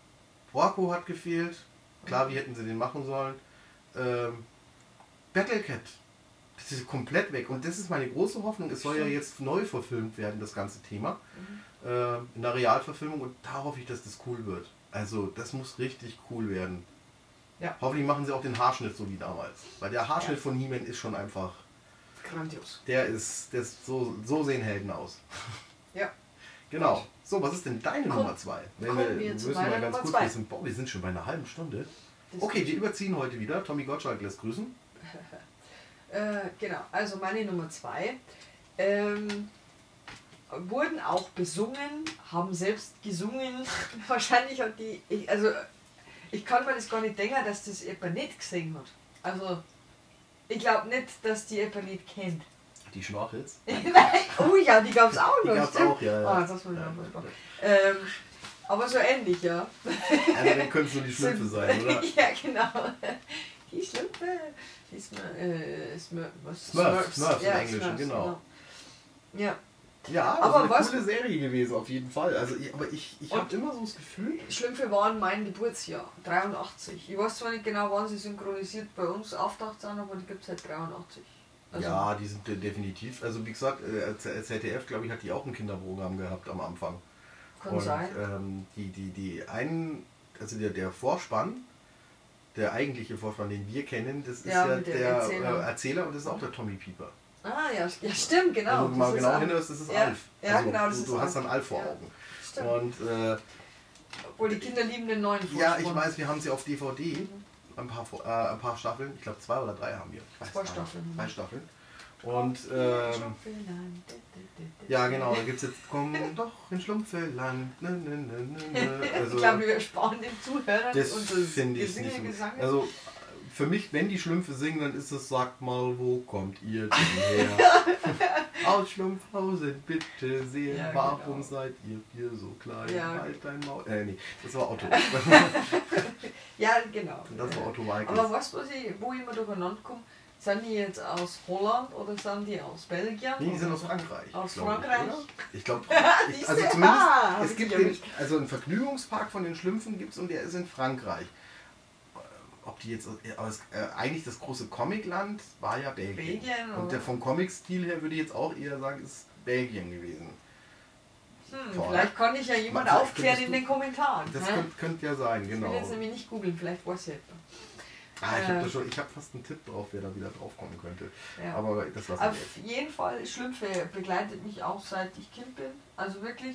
Orko hat gefehlt. Klar, wie hätten sie den machen sollen? Ähm, Battlecat. Das ist komplett weg. Und das ist meine große Hoffnung. Es soll ja Stimmt. jetzt neu verfilmt werden, das ganze Thema. Mhm. Äh, in der Realverfilmung. Und da hoffe ich, dass das cool wird. Also, das muss richtig cool werden. Ja. Hoffentlich machen sie auch den Haarschnitt so wie damals. Weil der Haarschnitt Ja. von He-Man ist schon einfach. Grandios. Der ist. Der ist so, so sehen Helden aus. Ja. Genau. So, was ist denn deine Komm, Nummer zwei? Wenn kommen wir, wir zu müssen meiner mal ganz Nummer kurz zwei. wir sind, boah, wir sind schon bei einer halben Stunde. Das Okay, ist- wir überziehen heute wieder. Tommy Gottschalk lässt grüßen. Äh, genau, also meine Nummer zwei. Ähm, wurden auch besungen, haben selbst gesungen. Wahrscheinlich hat die. Ich, also, ich kann mir das gar nicht denken, dass das jemand nicht gesehen hat. Also, Ich glaube nicht, dass die jemand nicht kennt. Die Schnorchels? Oh ja, die gab es auch noch. Die gab es auch, ja. ja. Ah, das war ja, ja. Ähm, aber so ähnlich, ja. Also dann können es nur die Schlümpfe sein, oder? Ja, genau. Die Schlümpfe. Die Smur äh, Smur was? Smurfs, Smurfs, Smurfs ja, im Englischen, Smurfs, genau. Ja. Ja, das aber ist eine was, coole Serie gewesen, auf jeden Fall. Also, ich, aber ich, ich habe immer so das Gefühl... Schlümpfe waren mein Geburtsjahr, dreiundachtzig. Ich weiß zwar nicht genau, wann sie synchronisiert bei uns auftaucht sind, aber die gibt es seit dreiundachtzig. Also ja, die sind definitiv, also wie gesagt, äh, Z D F, glaube ich, hat die auch ein Kinderprogramm gehabt am Anfang. kann Und sein. ähm, die, die, die einen, also der, der Vorspann, der eigentliche Vorspann, den wir kennen, das ist Ja, ja mit der, dem der Erzähler. Erzähler. Erzähler und das ist auch der Tommy Pieper. Ah ja, ja stimmt, genau. Also, wenn du mal Das genau ist hinhörst, das ist ja, Alf. Ja, also, genau, das du, ist du hast Alf. dann Alf vor Ja, Augen. stimmt. Und äh, Obwohl die Kinder lieben den neuen Vorspann. ja, ich weiß, wir haben sie auf D V D, Mhm. ein, paar, äh, ein paar Staffeln, ich glaube zwei oder drei haben wir. Ich weiß Zwei gar nicht. Staffeln. Zwei Staffeln. Und ähm, ja, genau, da gibt es jetzt, komm doch in Schlumpfeland. Ne, ne, ne, ne, ne. Also, ich glaube, wir sparen den Zuhörern das und das finde ich Gesinge, nicht so. Gesange. Also für mich, wenn die Schlümpfe singen, dann ist es, sagt mal, wo kommt ihr denn her? Aus Schlumpfhausen, bitte sehr, Ja, warum genau. seid ihr hier so klein? Ja, halt dein Maul. Äh, nee, das war Otto. Ja, genau. Das war Otto Walkes. Aber weißt du, was ich, wo ich immer durcheinander komme? Sind die jetzt aus Holland oder sind die aus Belgien? Nee, die sind Oder aus Frankreich. Aus glaub ich, Frankreich? oder? Ich glaube, Siehste? also zumindest, Ah, hab es ich gibt dich den, erwischt. also einen Vergnügungspark von den Schlümpfen gibt es und der ist in Frankreich. Ob die jetzt, aus, äh, eigentlich das große Comicland war ja Belgien. Belgien, und der oder? vom Comic-Stil her würde ich jetzt auch eher sagen, ist Belgien gewesen. Hm, Toll. vielleicht kann ich ja jemand Vielleicht aufklären könntest in du- den Kommentaren. Das hä? könnte könnt ja sein, Ich genau. will jetzt nämlich nicht googeln, vielleicht weiß ich etwas. Ah, ich habe äh, da schon, ich habe fast einen Tipp drauf, wer da wieder drauf kommen könnte. Ja. Aber das lassen wir Auf jetzt. jeden Fall, Schlümpfe begleitet mich auch seit ich Kind bin. Also wirklich,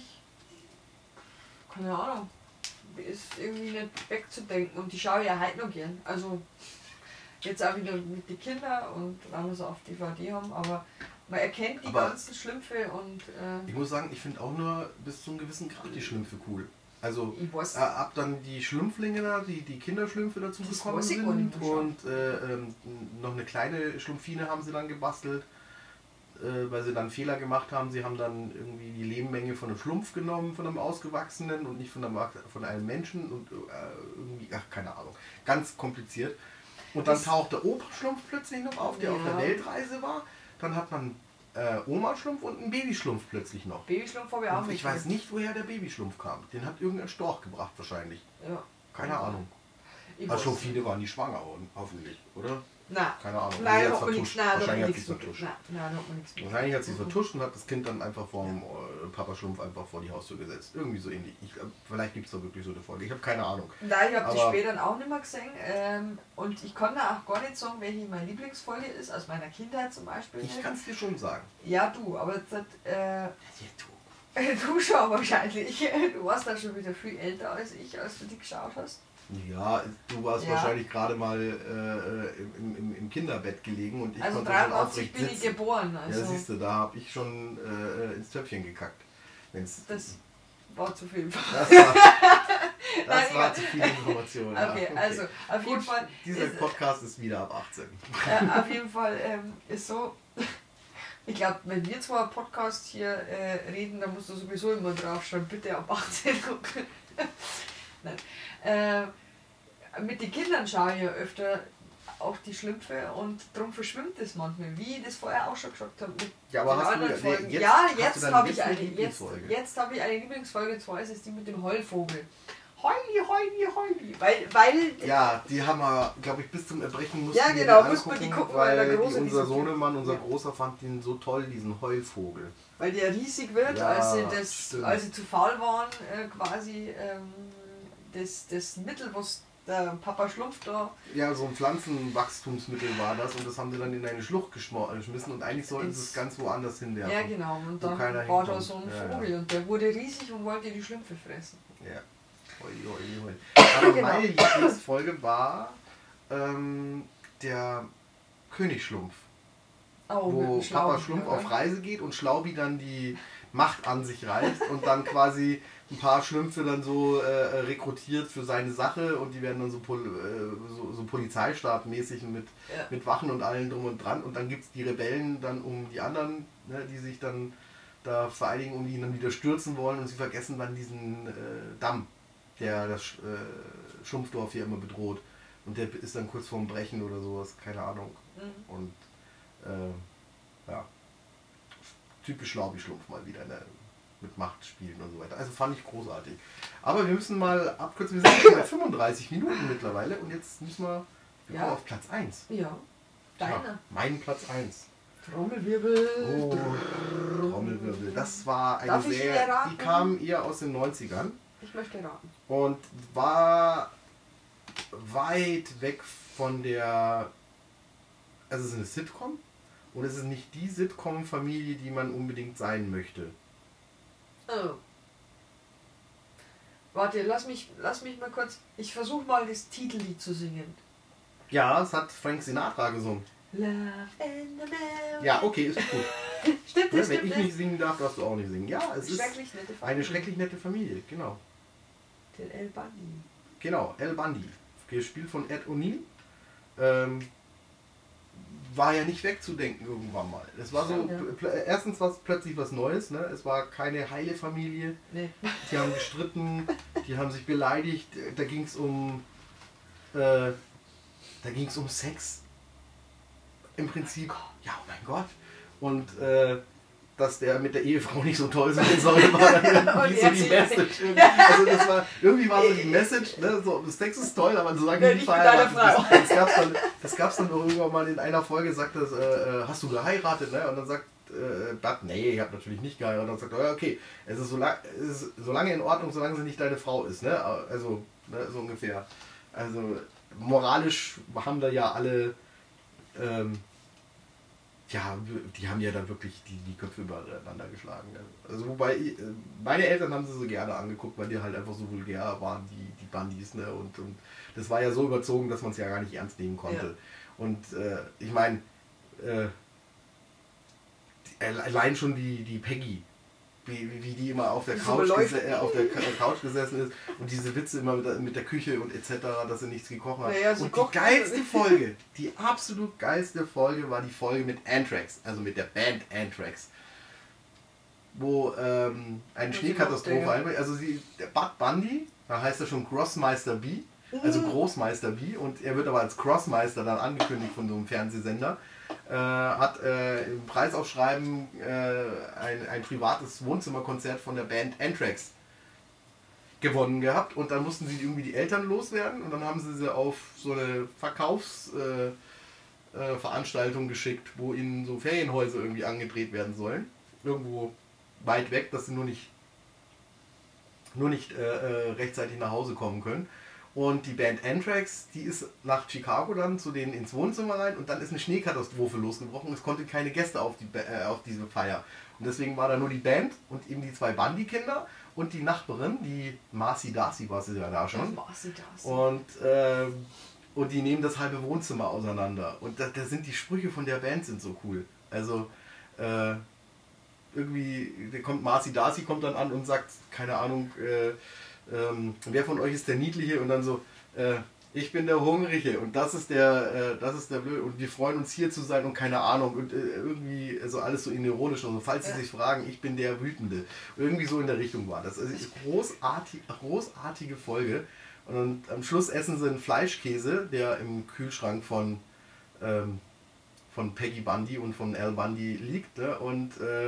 keine Ahnung, ist irgendwie nicht wegzudenken. Und die schaue ich ja heute noch gern. Also jetzt auch wieder mit den Kindern und wenn wir sie auf D V D haben. Aber man erkennt die Aber ganzen Schlümpfe und äh, Ich muss sagen, ich finde auch nur bis zu einem gewissen Grad die Schlümpfe cool. Also ich weiß äh, ab dann die Schlümpflinge da, die, die Kinderschlümpfe dazu Das gekommen weiß ich sind gar nicht mehr schon. und äh, ähm, noch eine kleine Schlumpfine haben sie dann gebastelt, äh, weil sie dann Fehler gemacht haben. Sie haben dann irgendwie die Lebenmenge von einem Schlumpf genommen, von einem Ausgewachsenen und nicht von einem, von einem Menschen und äh, irgendwie, ach keine Ahnung, ganz kompliziert. Und dann Das- tauchte Opa-Schlumpf plötzlich noch auf, der Ja. auf der Weltreise war. Dann hat man äh, Oma-Schlumpf und einen Babyschlumpf plötzlich noch. Babyschlumpf habe ich auch Und ich mit. weiß nicht, woher der Babyschlumpf kam. Den hat irgendein Storch gebracht wahrscheinlich. Ja. Keine Ahnung. Ich Also weiß schon viele waren die schwanger, hoffentlich, oder? Nein. Keine Ahnung. Nein, Sie da hat's hat man nichts. vertuscht. Nein, da hat man Wahrscheinlich hat nichts sie mit. vertuscht. Nein, nein, da hat man nichts mit. Wahrscheinlich hat sie es vertuscht und hat das Kind dann einfach vom äh, Papa Schlumpf einfach vor die Haustür gesetzt. Irgendwie so ähnlich. Ich, äh, vielleicht gibt es da wirklich so eine Folge. Ich habe keine Ahnung. Nein, ich habe die Aber- später auch nicht mehr gesehen. Ähm, und ich kann da auch gar nicht sagen, welche meine Lieblingsfolge ist, aus meiner Kindheit zum Beispiel. Ich kann es dir schon sagen. Ja, du, aber das, äh, Ja, du. du schon wahrscheinlich. Du warst da schon wieder viel älter als ich, als du die geschaut hast. Ja, du warst Ja. wahrscheinlich gerade mal äh, im, im, im Kinderbett gelegen und ich Also konnte schon dreiundachtzig aufrecht bin ich sitzen. geboren. Ja, Also siehst du, da habe ich schon äh, ins Töpfchen gekackt. Wenn's, das war zu viel. das war, Nein, das egal. war zu viel Information. ja. Okay, also auf jeden Gut, Fall. dieser ist, Podcast ist wieder ab achtzehn. äh, auf jeden Fall ähm, ist so. Ich glaube, wenn wir zwar Podcast hier äh, reden, dann musst du sowieso immer draufschreiben, bitte ab achtzehn gucken. Nein. Äh, mit den Kindern schaue ich ja öfter auch die Schlümpfe und darum verschwimmt es manchmal, wie ich das vorher auch schon gesagt habe. Mit Ja, aber den hast du anderen nee, Folgen. jetzt, ja, hast du jetzt dann habe jetzt ich eine eine. Jetzt, Lieblingsfolge? jetzt habe ich eine Lieblingsfolge, zwar ist es die mit dem Heulvogel. Heuli, heuli, heuli. Weil, weil Ja, die haben wir, glaube ich, bis zum Erbrechen mussten Ja, wir genau, die muss man die angucken, gucken, weil weil der die, Große die unser so- Sohnemann, unser Ja. Großer fand den so toll, diesen Heulvogel. Weil der riesig wird, Ja, als, sie das, stimmt. als sie zu faul waren, äh, quasi ähm, das, das Mittel, was der Papa Schlumpf da. Ja, so ein Pflanzenwachstumsmittel war das und das haben sie dann in eine Schlucht geschmo- geschmissen und eigentlich sollten sie es ganz woanders hinwerfen. Ja, genau. Und Wo dann keiner war da hinkommt. so ein Ja, Vogel ja. und der wurde riesig und wollte die Schlümpfe fressen. Ja. Hoi, hoi, hoi. Aber Genau. meine Lieblingsfolge war ähm, der Königsschlumpf. Oh, mit Wo dem Schlauch, Papa Schlumpf oder? auf Reise geht und Schlaubi dann die, Macht an sich reißt und dann quasi ein paar Schlümpfe dann so äh, rekrutiert für seine Sache und die werden dann so, Pol äh, so, so Polizeistaat-mäßig mit, Ja. mit Wachen und allen drum und dran und dann gibt es die Rebellen dann um die anderen, ne, die sich dann da vereinigen, um die dann wieder stürzen wollen und sie vergessen dann diesen äh, Damm, der das äh, Schumpfdorf hier immer bedroht und der ist dann kurz vorm Brechen oder sowas, keine Ahnung. Mhm. Und äh, ja, typisch Schlaubi-Schlumpf mal wieder, ne? Mit Machtspielen und so weiter. Also fand ich großartig. Aber wir müssen mal abkürzen, wir sind schon bei fünfunddreißig Minuten mittlerweile und jetzt müssen wir, wir Ja. kommen auf Platz eins. Ja. Deine. Ja, mein Platz eins. Trommelwirbel. Oh, Trommelwirbel. Das war eine Darf ich Serie, erraten? die kam eher aus den neunzigern Ich möchte raten. und war weit weg von der, also es ist eine Sitcom und es ist nicht die Sitcom-Familie, die man unbedingt sein möchte. Oh. Warte, lass mich, lass mich mal kurz. Ich versuche mal das Titellied zu singen. Ja, es hat Frank Sinatra gesungen. Love and America. Ja, okay, ist gut. Stimmt, Ne, das wenn stimmt. ich nicht singen darf, darfst du auch nicht singen. Ja, es ist Schrecklich nette Familie. eine schrecklich nette Familie, genau. Der El Bundy. Genau, Al Bundy, gespielt von Ed O'Neill. Ähm, war ja nicht wegzudenken irgendwann mal. Es war so, Ja. pl- erstens war es plötzlich was Neues, ne? Es war keine heile Familie. Nee. Die haben gestritten, die haben sich beleidigt. Da ging es um, äh, da ging es um Sex. Im Prinzip, ja, oh mein Gott. Und äh, dass der mit der Ehefrau nicht so toll sein soll, war dann irgendwie Und so er die sich- Message. Irgendwie. Also das war, irgendwie war so die Message, ne? So, Sex ist toll, aber solange Ja, du nicht nicht mit deiner verheiratet Frau. bist. Das gab's dann, das gab's dann irgendwann mal in einer Folge, sagt das, äh, äh, hast du geheiratet, ne? Und dann sagt äh, Bud, nee, ich habe natürlich nicht geheiratet. Und dann sagt er, ja, okay, es ist, so lang, es ist so lange in Ordnung, solange sie nicht deine Frau ist, ne? Also, ne, so ungefähr. Also, moralisch haben da ja alle, ähm, ja, die haben ja dann wirklich die, die Köpfe übereinander geschlagen. Also wobei, äh, meine Eltern haben sie so gerne angeguckt, weil die halt einfach so vulgär waren, die, die Bundys, ne? Und, und das war ja so überzogen, dass man es ja gar nicht ernst nehmen konnte. Ja. Und äh, ich meine, äh, die- allein schon die, die Peggy, wie, wie, wie die immer auf der, So Couch beleuchtet. gese- äh, auf der Ka- Couch gesessen ist und diese Witze immer mit der, mit der Küche und et cetera, dass sie nichts gekocht hat. Naja, sie und die kocht geilste nicht. Folge, die absolut geilste Folge war die Folge mit Anthrax, also mit der Band Anthrax. Wo ähm, eine Wo sie Schneekatastrophe macht, ja. einbricht. Also sie, der Bud Bundy, da heißt er schon Grossmeister B, also Mhm. Großmeister B, und er wird aber als Crossmeister dann angekündigt von so einem Fernsehsender. Äh, hat äh, im Preisaufschreiben äh, ein, ein privates Wohnzimmerkonzert von der Band Anthrax gewonnen gehabt und dann mussten sie irgendwie die Eltern loswerden und dann haben sie sie auf so eine Verkaufsveranstaltung äh, äh, Veranstaltung geschickt, wo ihnen so Ferienhäuser irgendwie angedreht werden sollen. Irgendwo weit weg, dass sie nur nicht, nur nicht äh, äh, rechtzeitig nach Hause kommen können. Und die Band Anthrax, die ist nach Chicago dann zu denen ins Wohnzimmer rein und dann ist eine Schneekatastrophe losgebrochen. Es konnte keine Gäste auf, die, Ba- äh, auf diese Feier. Und deswegen war da nur die Band und eben die zwei Bundy-Kinder und die Nachbarin, die Marcy Darcy war sie ja da schon. Marcy Darcy. Und, ähm, und die nehmen das halbe Wohnzimmer auseinander. Und da, da sind die Sprüche von der Band sind so cool. Also äh, irgendwie, der kommt Marcy Darcy kommt dann an und sagt, keine Ahnung, äh, ähm, wer von euch ist der Niedliche? Und dann so, äh, ich bin der Hungrige und das ist der, äh, das ist der Blöd und wir freuen uns hier zu sein und keine Ahnung und äh, irgendwie so alles so ironisch und so, falls Ja. Sie sich fragen, ich bin der Wütende. Irgendwie so in der Richtung war das. Also großartig, großartige Folge. Und am Schluss essen sie einen Fleischkäse, der im Kühlschrank von, ähm, von Peggy Bundy und von Al Bundy liegt. Ne? Und äh,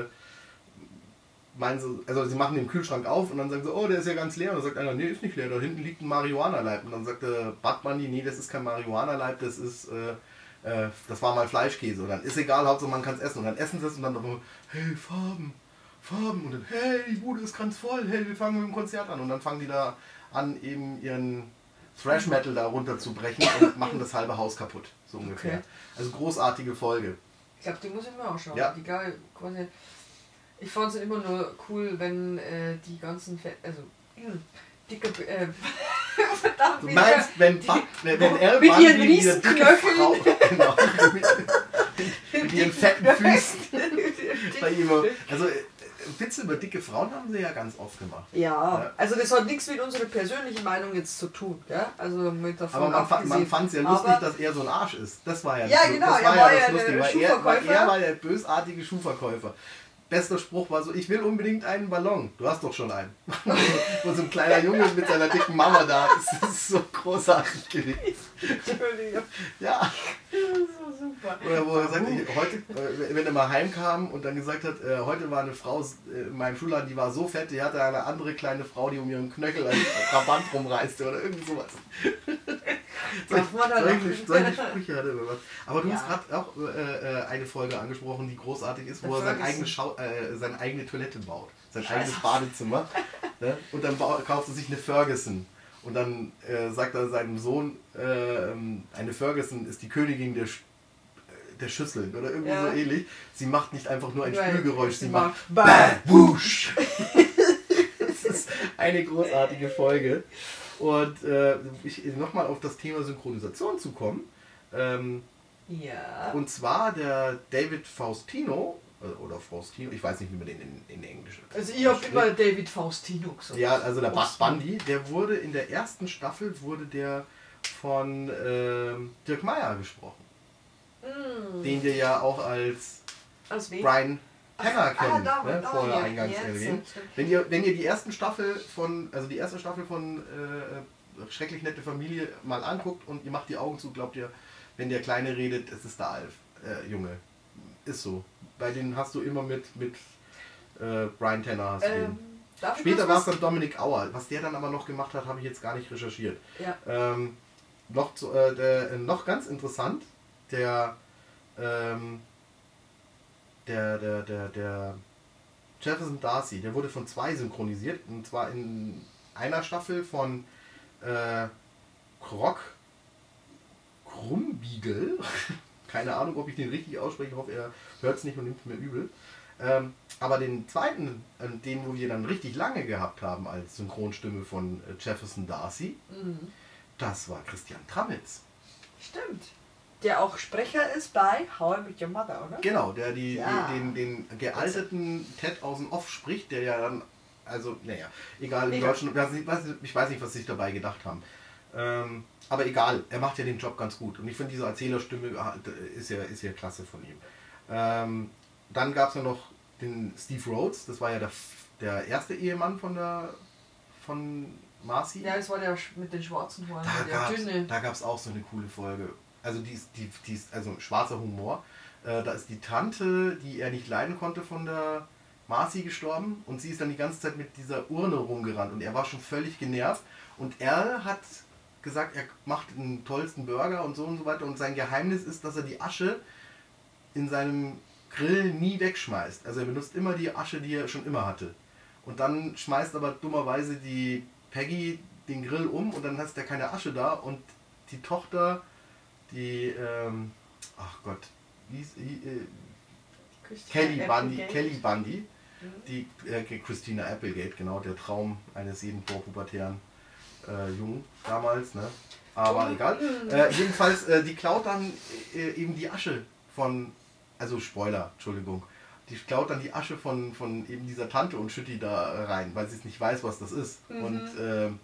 meinen sie, also sie machen den Kühlschrank auf und dann sagen sie, oh, der ist ja ganz leer. Und dann sagt einer, nee, ist nicht leer, da hinten liegt ein Marihuana-Leib. Und dann sagt der Bud Bundy, nee, das ist kein Marihuana-Leib, das ist, äh, äh, das war mal Fleischkäse. Und dann ist egal, Hauptsache man kann es essen. Und dann essen sie es und dann so, hey, Farben, Farben. Und dann, hey, die Bude ist ganz voll, hey, wir fangen mit dem Konzert an. Und dann fangen die da an, eben ihren Thrash Metal da runterzubrechen und machen das halbe Haus kaputt, so ungefähr. Okay. Also großartige Folge. Ich glaube, die muss ich mir auch schauen. Ja. Die geil, quasi. Ich fand es immer nur cool, wenn äh, die ganzen, Fe also hm, dicke, äh, verdammt, Du wie meinst, wenn, die- Bud, wenn, wenn Al mit Bundy ihren wie eine dicke Riesenknöcheln. Frau, genau, mit, mit ihren fetten Füßen bei ihm. Also Witze über dicke Frauen haben sie ja ganz oft gemacht. Ja, ja. Also das hat nichts mit unserer persönlichen Meinung jetzt zu tun. Ja? Also mit davon Aber man, fa man fand es ja lustig, aber dass er so ein Arsch ist. Das war ja, ja, das, genau, das war er ja war das ja Lustige, der weil er, weil Schuhverkäufer. er war der bösartige Schuhverkäufer. Bester Spruch war so, ich will unbedingt einen Ballon. Du hast doch schon einen. Wo so ein kleiner Junge mit seiner dicken Mama da ist. Das ist so großartig gewesen. Entschuldigung. Ja. Das ist so super. Oder wo er sagt, ich, heute, äh, wenn er mal heimkam und dann gesagt hat, äh, heute war eine Frau äh, in meinem Schulladen, die war so fett, die hatte eine andere kleine Frau, die um ihren Knöchel als Trabant rumreiste oder irgendwie sowas. Darf man da solche, noch? solche Sprüche hatte er. Aber du Ja. hast gerade auch äh, eine Folge angesprochen, die großartig ist, wo Der er sein Ferguson. eigene Schau äh, seine eigene Toilette baut. Sein Scheiße. eigenes Badezimmer. Ne? Und dann kauft er sich eine Ferguson. Und dann äh, sagt er seinem Sohn, äh, eine Ferguson ist die Königin der, Sch der Schüsseln oder irgendwie Ja. so ähnlich. Sie macht nicht einfach nur ein Right. Spülgeräusch, sie Sie macht macht Bam, Wusch. Das ist eine großartige Folge. Und äh, ich nochmal auf das Thema Synchronisation zu kommen. Ähm, Ja. und zwar der David Faustino, äh, oder Faustino, ich weiß nicht, wie man den in, in Englisch Also ich habe ausspricht. immer David Faustino gesagt. Ja, also der Bud Faustino. Bundy, der wurde in der ersten Staffel wurde der von ähm, Dirk Meyer gesprochen. Mm. Den wir ja auch als Als wen? Brian Tanner Ah, kennen, da, ne, da, vorher ja, eingangs jetzt, erwähnt. stimmt. Wenn ihr, wenn ihr die ersten Staffel von, also die erste Staffel von äh, Schrecklich nette Familie mal anguckt und ihr macht die Augen zu, glaubt ihr, wenn der Kleine redet, es ist der Alf, äh, Junge. Ist so. Bei denen hast du immer mit, mit äh, Brian Tanner hast du den. Ähm, darf ich Später kurz war es was- dann Dominic Auer. Was der dann aber noch gemacht hat, habe ich jetzt gar nicht recherchiert. Ja. Ähm, noch, zu, äh, der, äh, noch ganz interessant, der, ähm, der, der, der, der Jefferson Darcy, der wurde von zwei synchronisiert. Und zwar in einer Staffel von äh, Krog Krumbiegel. Keine Ahnung, ob ich den richtig ausspreche. Ich hoffe, er hört es nicht und nimmt es mir übel. Ähm, aber den zweiten, äh, den, wo wir dann richtig lange gehabt haben als Synchronstimme von äh, Jefferson Darcy, Mhm. das war Christian Tramitz. Stimmt. Der auch Sprecher ist bei How I Met Your Mother, oder? Genau, der die, Ja. den, den gealterten Ted aus dem Off spricht, der ja dann, also, naja, egal, im Egal. Deutschen, ich weiß nicht- weiß nicht- ich weiß nicht, was sie sich dabei gedacht haben. Ähm, aber egal, er macht ja den Job ganz gut. Und ich finde, diese Erzählerstimme äh, ist ja, ist ja klasse von ihm. Ähm, dann gab es ja noch den Steve Rhodes, das war ja der, der erste Ehemann von der von Marcy. Ja, das war der Sch- mit den schwarzen Haaren, Da der gab's, dünne. da gab's auch so eine coole Folge. Also die ist, die, die ist also schwarzer Humor. Äh, da ist die Tante, die er nicht leiden konnte, von der Marcy gestorben und sie ist dann die ganze Zeit mit dieser Urne rumgerannt und er war schon völlig genervt und er hat gesagt, er macht den tollsten Burger und so und so weiter und sein Geheimnis ist, dass er die Asche in seinem Grill nie wegschmeißt. Also er benutzt immer die Asche, die er schon immer hatte. Und dann schmeißt aber dummerweise die Peggy den Grill um und dann hast du keine Asche da und die Tochter, die, ähm, ach Gott, wie ist, wie, äh, Christina Kelly Bundy, Applegate. Kelly Bundy, Mhm. die äh, Christina Applegate, genau, der Traum eines jeden vorpubertären äh, Jungen damals, ne? Aber Oh. egal. Äh, jedenfalls, äh, die klaut dann äh, eben die Asche von, also Spoiler, Entschuldigung, die klaut dann die Asche von, von eben dieser Tante und schüttet die da rein, weil sie es nicht weiß, was das ist. Mhm. Und, ähm,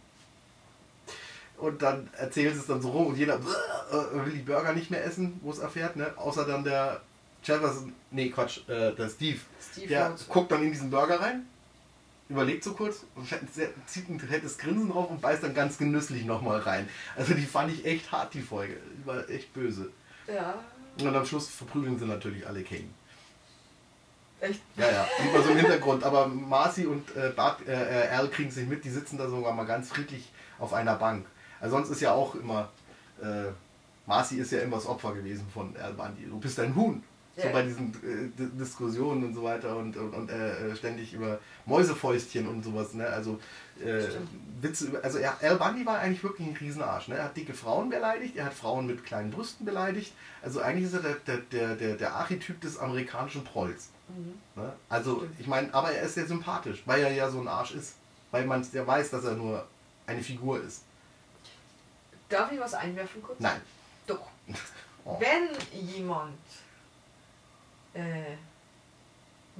und dann erzählt es dann so rum und jeder äh, will die Burger nicht mehr essen, wo es erfährt, ne? Außer dann der Jefferson, nee Quatsch, äh, der Steve, Steve der Rhodes. guckt dann in diesen Burger rein, überlegt so kurz, und zieht ein fettes Grinsen drauf und beißt dann ganz genüsslich nochmal rein. Also die fand ich echt hart, die Folge. Die war echt böse. Ja, Und dann am Schluss verprügeln sie natürlich alle Kane. echt. Ja, ja, sieht man so im Hintergrund. Aber Marcy und äh, Bart, äh, äh, Al kriegen sich mit, die sitzen da sogar mal ganz friedlich auf einer Bank. Also sonst ist ja auch immer, äh, Marcy ist ja immer das Opfer gewesen von Al Bundy. Du bist ein Huhn. So Ja. bei diesen äh, D- Diskussionen und so weiter und, und, und äh, ständig über Mäusefäustchen und sowas. Ne? Also äh, Stimmt. Witze über. Also er, Al Bundy war eigentlich wirklich ein Riesenarsch. Ne? Er hat dicke Frauen beleidigt, er hat Frauen mit kleinen Brüsten beleidigt. Also eigentlich ist er der, der, der, der, der Archetyp des amerikanischen Prolls. Mhm. Ne? Also Stimmt. ich meine, aber er ist sehr sympathisch, weil er ja so ein Arsch ist. Weil man ja weiß, dass er nur eine Figur ist. Darf ich was einwerfen kurz? Nein.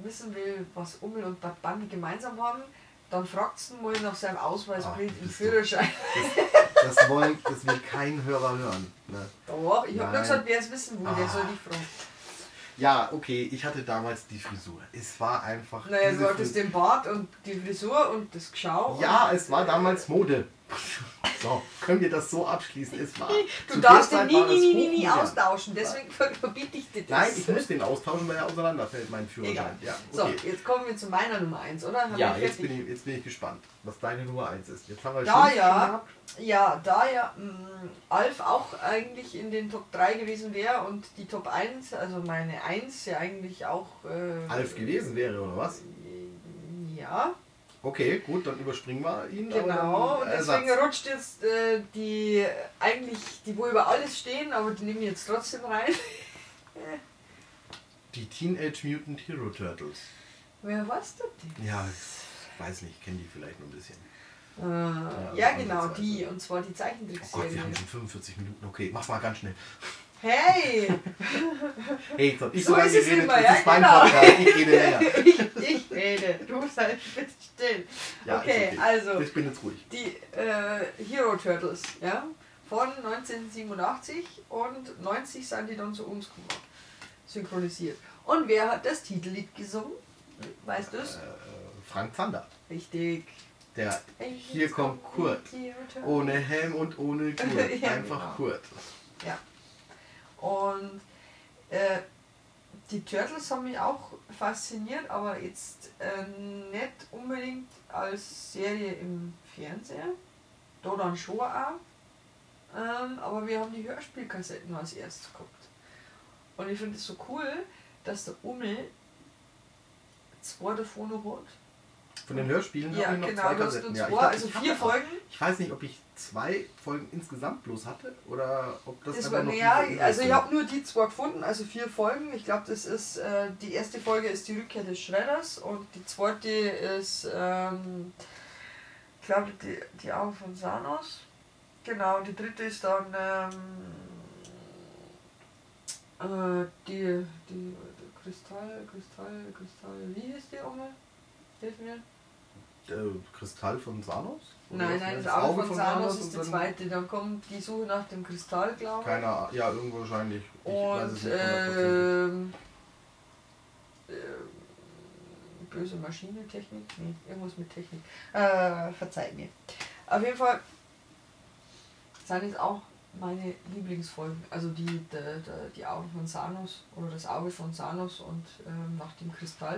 wissen will, was Ummel und Bad Bambi gemeinsam haben, dann fragt es ihn mal nach seinem Ausweisbild im Führerschein. Das, das, wollen, das will kein Hörer hören. Ne? Doch, ich habe nur gesagt, wer es wissen will, ah. der soll dich fragen. Ja, okay, ich hatte damals die Frisur. Es war einfach... Naja, du hattest den Bart und die Frisur und das Geschau. Ja, es war damals Mode. So, können wir das so abschließen? Es war, du darfst den nie, nie, nie, nie, nie austauschen, deswegen verbiete ich dir das. Nein, ich muss den austauschen, weil er auseinanderfällt, mein Führerschein. Ja, okay. So, jetzt kommen wir zu meiner Nummer eins, oder? Haben ja, jetzt bin, ich, jetzt bin ich gespannt, was deine Nummer eins ist. Jetzt haben wir da schon ja, ja, da ja mh, Alf auch eigentlich in den Top drei gewesen wäre und die Top eins, also meine eins ja eigentlich auch... Äh, Alf gewesen wäre, oder was? Ja. Okay, gut, dann überspringen wir ihn. Genau, und deswegen rutscht jetzt äh, die eigentlich, die wo über alles stehen, aber die nehmen jetzt trotzdem rein. Die Teenage Mutant Hero Turtles. Wer war's denn? Ja, ich weiß nicht, ich kenne die vielleicht nur ein bisschen. Äh, ja, ja genau, die, und zwar die Zeichentrickserie. Oh Gott, wir haben schon fünfundvierzig Minuten, okay, mach's mal ganz schnell. Hey! Hey, jetzt hab ich so so lange ist es geredet, immer, das ja, ist mein genau. Podcast, ich rede länger. ich, ich rede, du sei bitte still. Ja, okay, okay, also, ich bin jetzt ruhig. Die äh, Hero Turtles, ja, von neunzehnhundertsiebenundachtzig und neunzig sind die dann zu uns gekommen, synchronisiert. Und wer hat das Titellied gesungen? Weißt du es? Äh, Frank Zander. Richtig. Der Hier kommt Kurt. Ohne Helm und ohne Gurt. Ja, einfach genau. Kurt. Ja. Und äh, die Turtles haben mich auch fasziniert, aber jetzt äh, nicht unbedingt als Serie im Fernsehen. Da dann schon auch. Ähm, aber wir haben die Hörspielkassetten als erstes gehabt. Und ich finde es so cool, dass der Ummel zwei davon noch hat. Von den Hörspielen ja, habe ich noch genau, zwei du Kassetten. hast Ja, zwei, ich glaub, also ich vier hatte, Folgen. Ich weiß nicht, ob ich zwei Folgen insgesamt bloß hatte oder ob das, das einfach war, noch ja, diese also ich sind. habe nur die zwei gefunden, also vier Folgen. Ich glaube, das ist äh, die erste Folge ist die Rückkehr des Schredders und die zweite ist, ähm, ich glaube, die, die Augen von Thanos. Genau, die dritte ist dann ähm, äh, die, die Kristall, Kristall, Kristall, wie hieß die Oma? Hilf mir. Äh, Kristall von Thanos? Oder Nein, was? nein, das, das Auge von Thanos ist und die dann- zweite. Dann kommt die Suche nach dem Kristall, glaube ich. Keine Ahnung, ja, irgendwo wahrscheinlich. Ich weiß es Und nicht hundertprozentig. ähm, ähm, böse Maschinentechnik? Nee, irgendwas mit Technik. Äh, verzeiht mir. Auf jeden Fall sind es auch meine Lieblingsfolgen. Also die, die, die, die Augen von Thanos oder das Auge von Thanos und ähm, nach dem Kristall.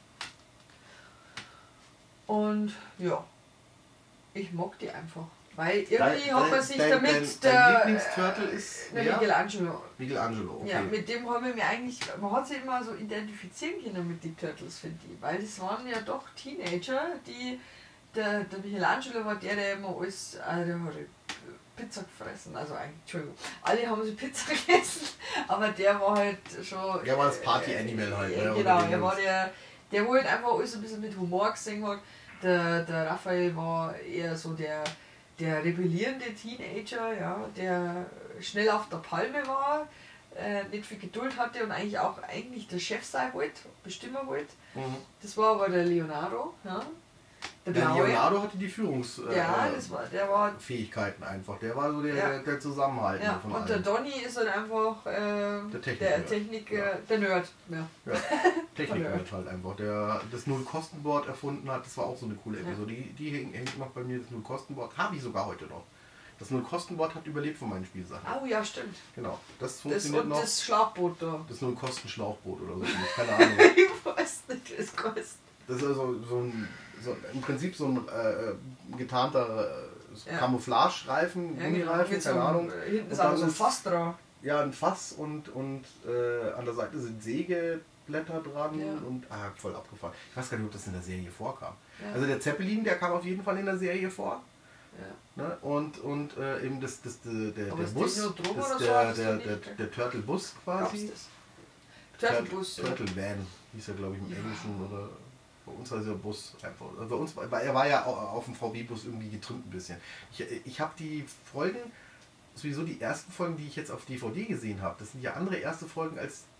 Und ja, ich mag die einfach. Weil irgendwie Dein- hat man dein- sich dein- damit dein- der, dein Lieblingsturtle ist der wer? Michelangelo. Michelangelo, okay. Ja, mit dem haben wir mir eigentlich, man hat sich immer so identifizieren können mit den Turtles, finde ich. Weil das waren ja doch Teenager, die, der, der Michelangelo war der, der immer alles, also der hat Pizza gefressen, also eigentlich, Entschuldigung, alle haben so Pizza gegessen, aber der war halt schon... Der war das Party-Animal halt, äh, ne, Genau, oder er war der, der wo halt einfach alles ein bisschen mit Humor gesehen hat. Der, der Raphael war eher so der, der rebellierende Teenager, ja, der schnell auf der Palme war, äh, nicht viel Geduld hatte und eigentlich auch eigentlich der Chef sein wollte, bestimmen wollte. Mhm. Das war aber der Leonardo, ja. Der, Der Blaue. Leonardo hatte die Führungsfähigkeiten Ja, das war, der war. einfach. Der war so der, Ja. der, der Zusammenhaltende Ja, von und der allen. Donny ist halt einfach ähm, Der Technik- der Techniker, Ja. der Nerd. Ja. Ja. Technik-Nerd halt einfach. Der das Null-Kosten-Board erfunden hat, das war auch so eine coole Episode. Die, die hängt, hängt noch bei mir, das Null-Kosten-Board. Habe ich sogar heute noch. Das Null-Kosten-Board hat überlebt von meinen Spielsachen. Oh ja, stimmt. Genau. Das Das, funktioniert und noch. das Schlauchboot da. Das Null-Kosten-Schlauchboot oder so. Keine Ahnung. Ich weiß nicht, wie es kostet. Das ist also so ein, so, im Prinzip so ein äh, getarnter äh, Ja. Camouflage-Reifen, Ja, genau. Gummireifen, Mit so keine einem- Ahnung. Hinten Und ist auch dann so ein ist- Fass dran. Ja, ein Fass und, und äh, an der Seite sind Sägeblätter dran Ja. und ah, voll abgefahren. Ich weiß gar nicht, ob das in der Serie vorkam. Ja. Also der Zeppelin, der kam auf jeden Fall in der Serie vor. Ja. Ne? Und, und äh, eben das, das, der, der, Aber der ist Bus, die nur drum das, oder so? der, Hast du der, nicht, der, gell? der Turtle-Bus Gab's quasi. das? Turtle-Bus. ja. Turtle Van hieß er, glaube ich, im Ja. Englischen oder bei uns heißt er Bus einfach. Also bei uns, weil er war ja au- auf dem V W-Bus irgendwie getrimmt ein bisschen. Ich, ich habe die Folgen, sowieso die ersten Folgen, die ich jetzt auf D V D gesehen habe, das sind ja andere erste Folgen als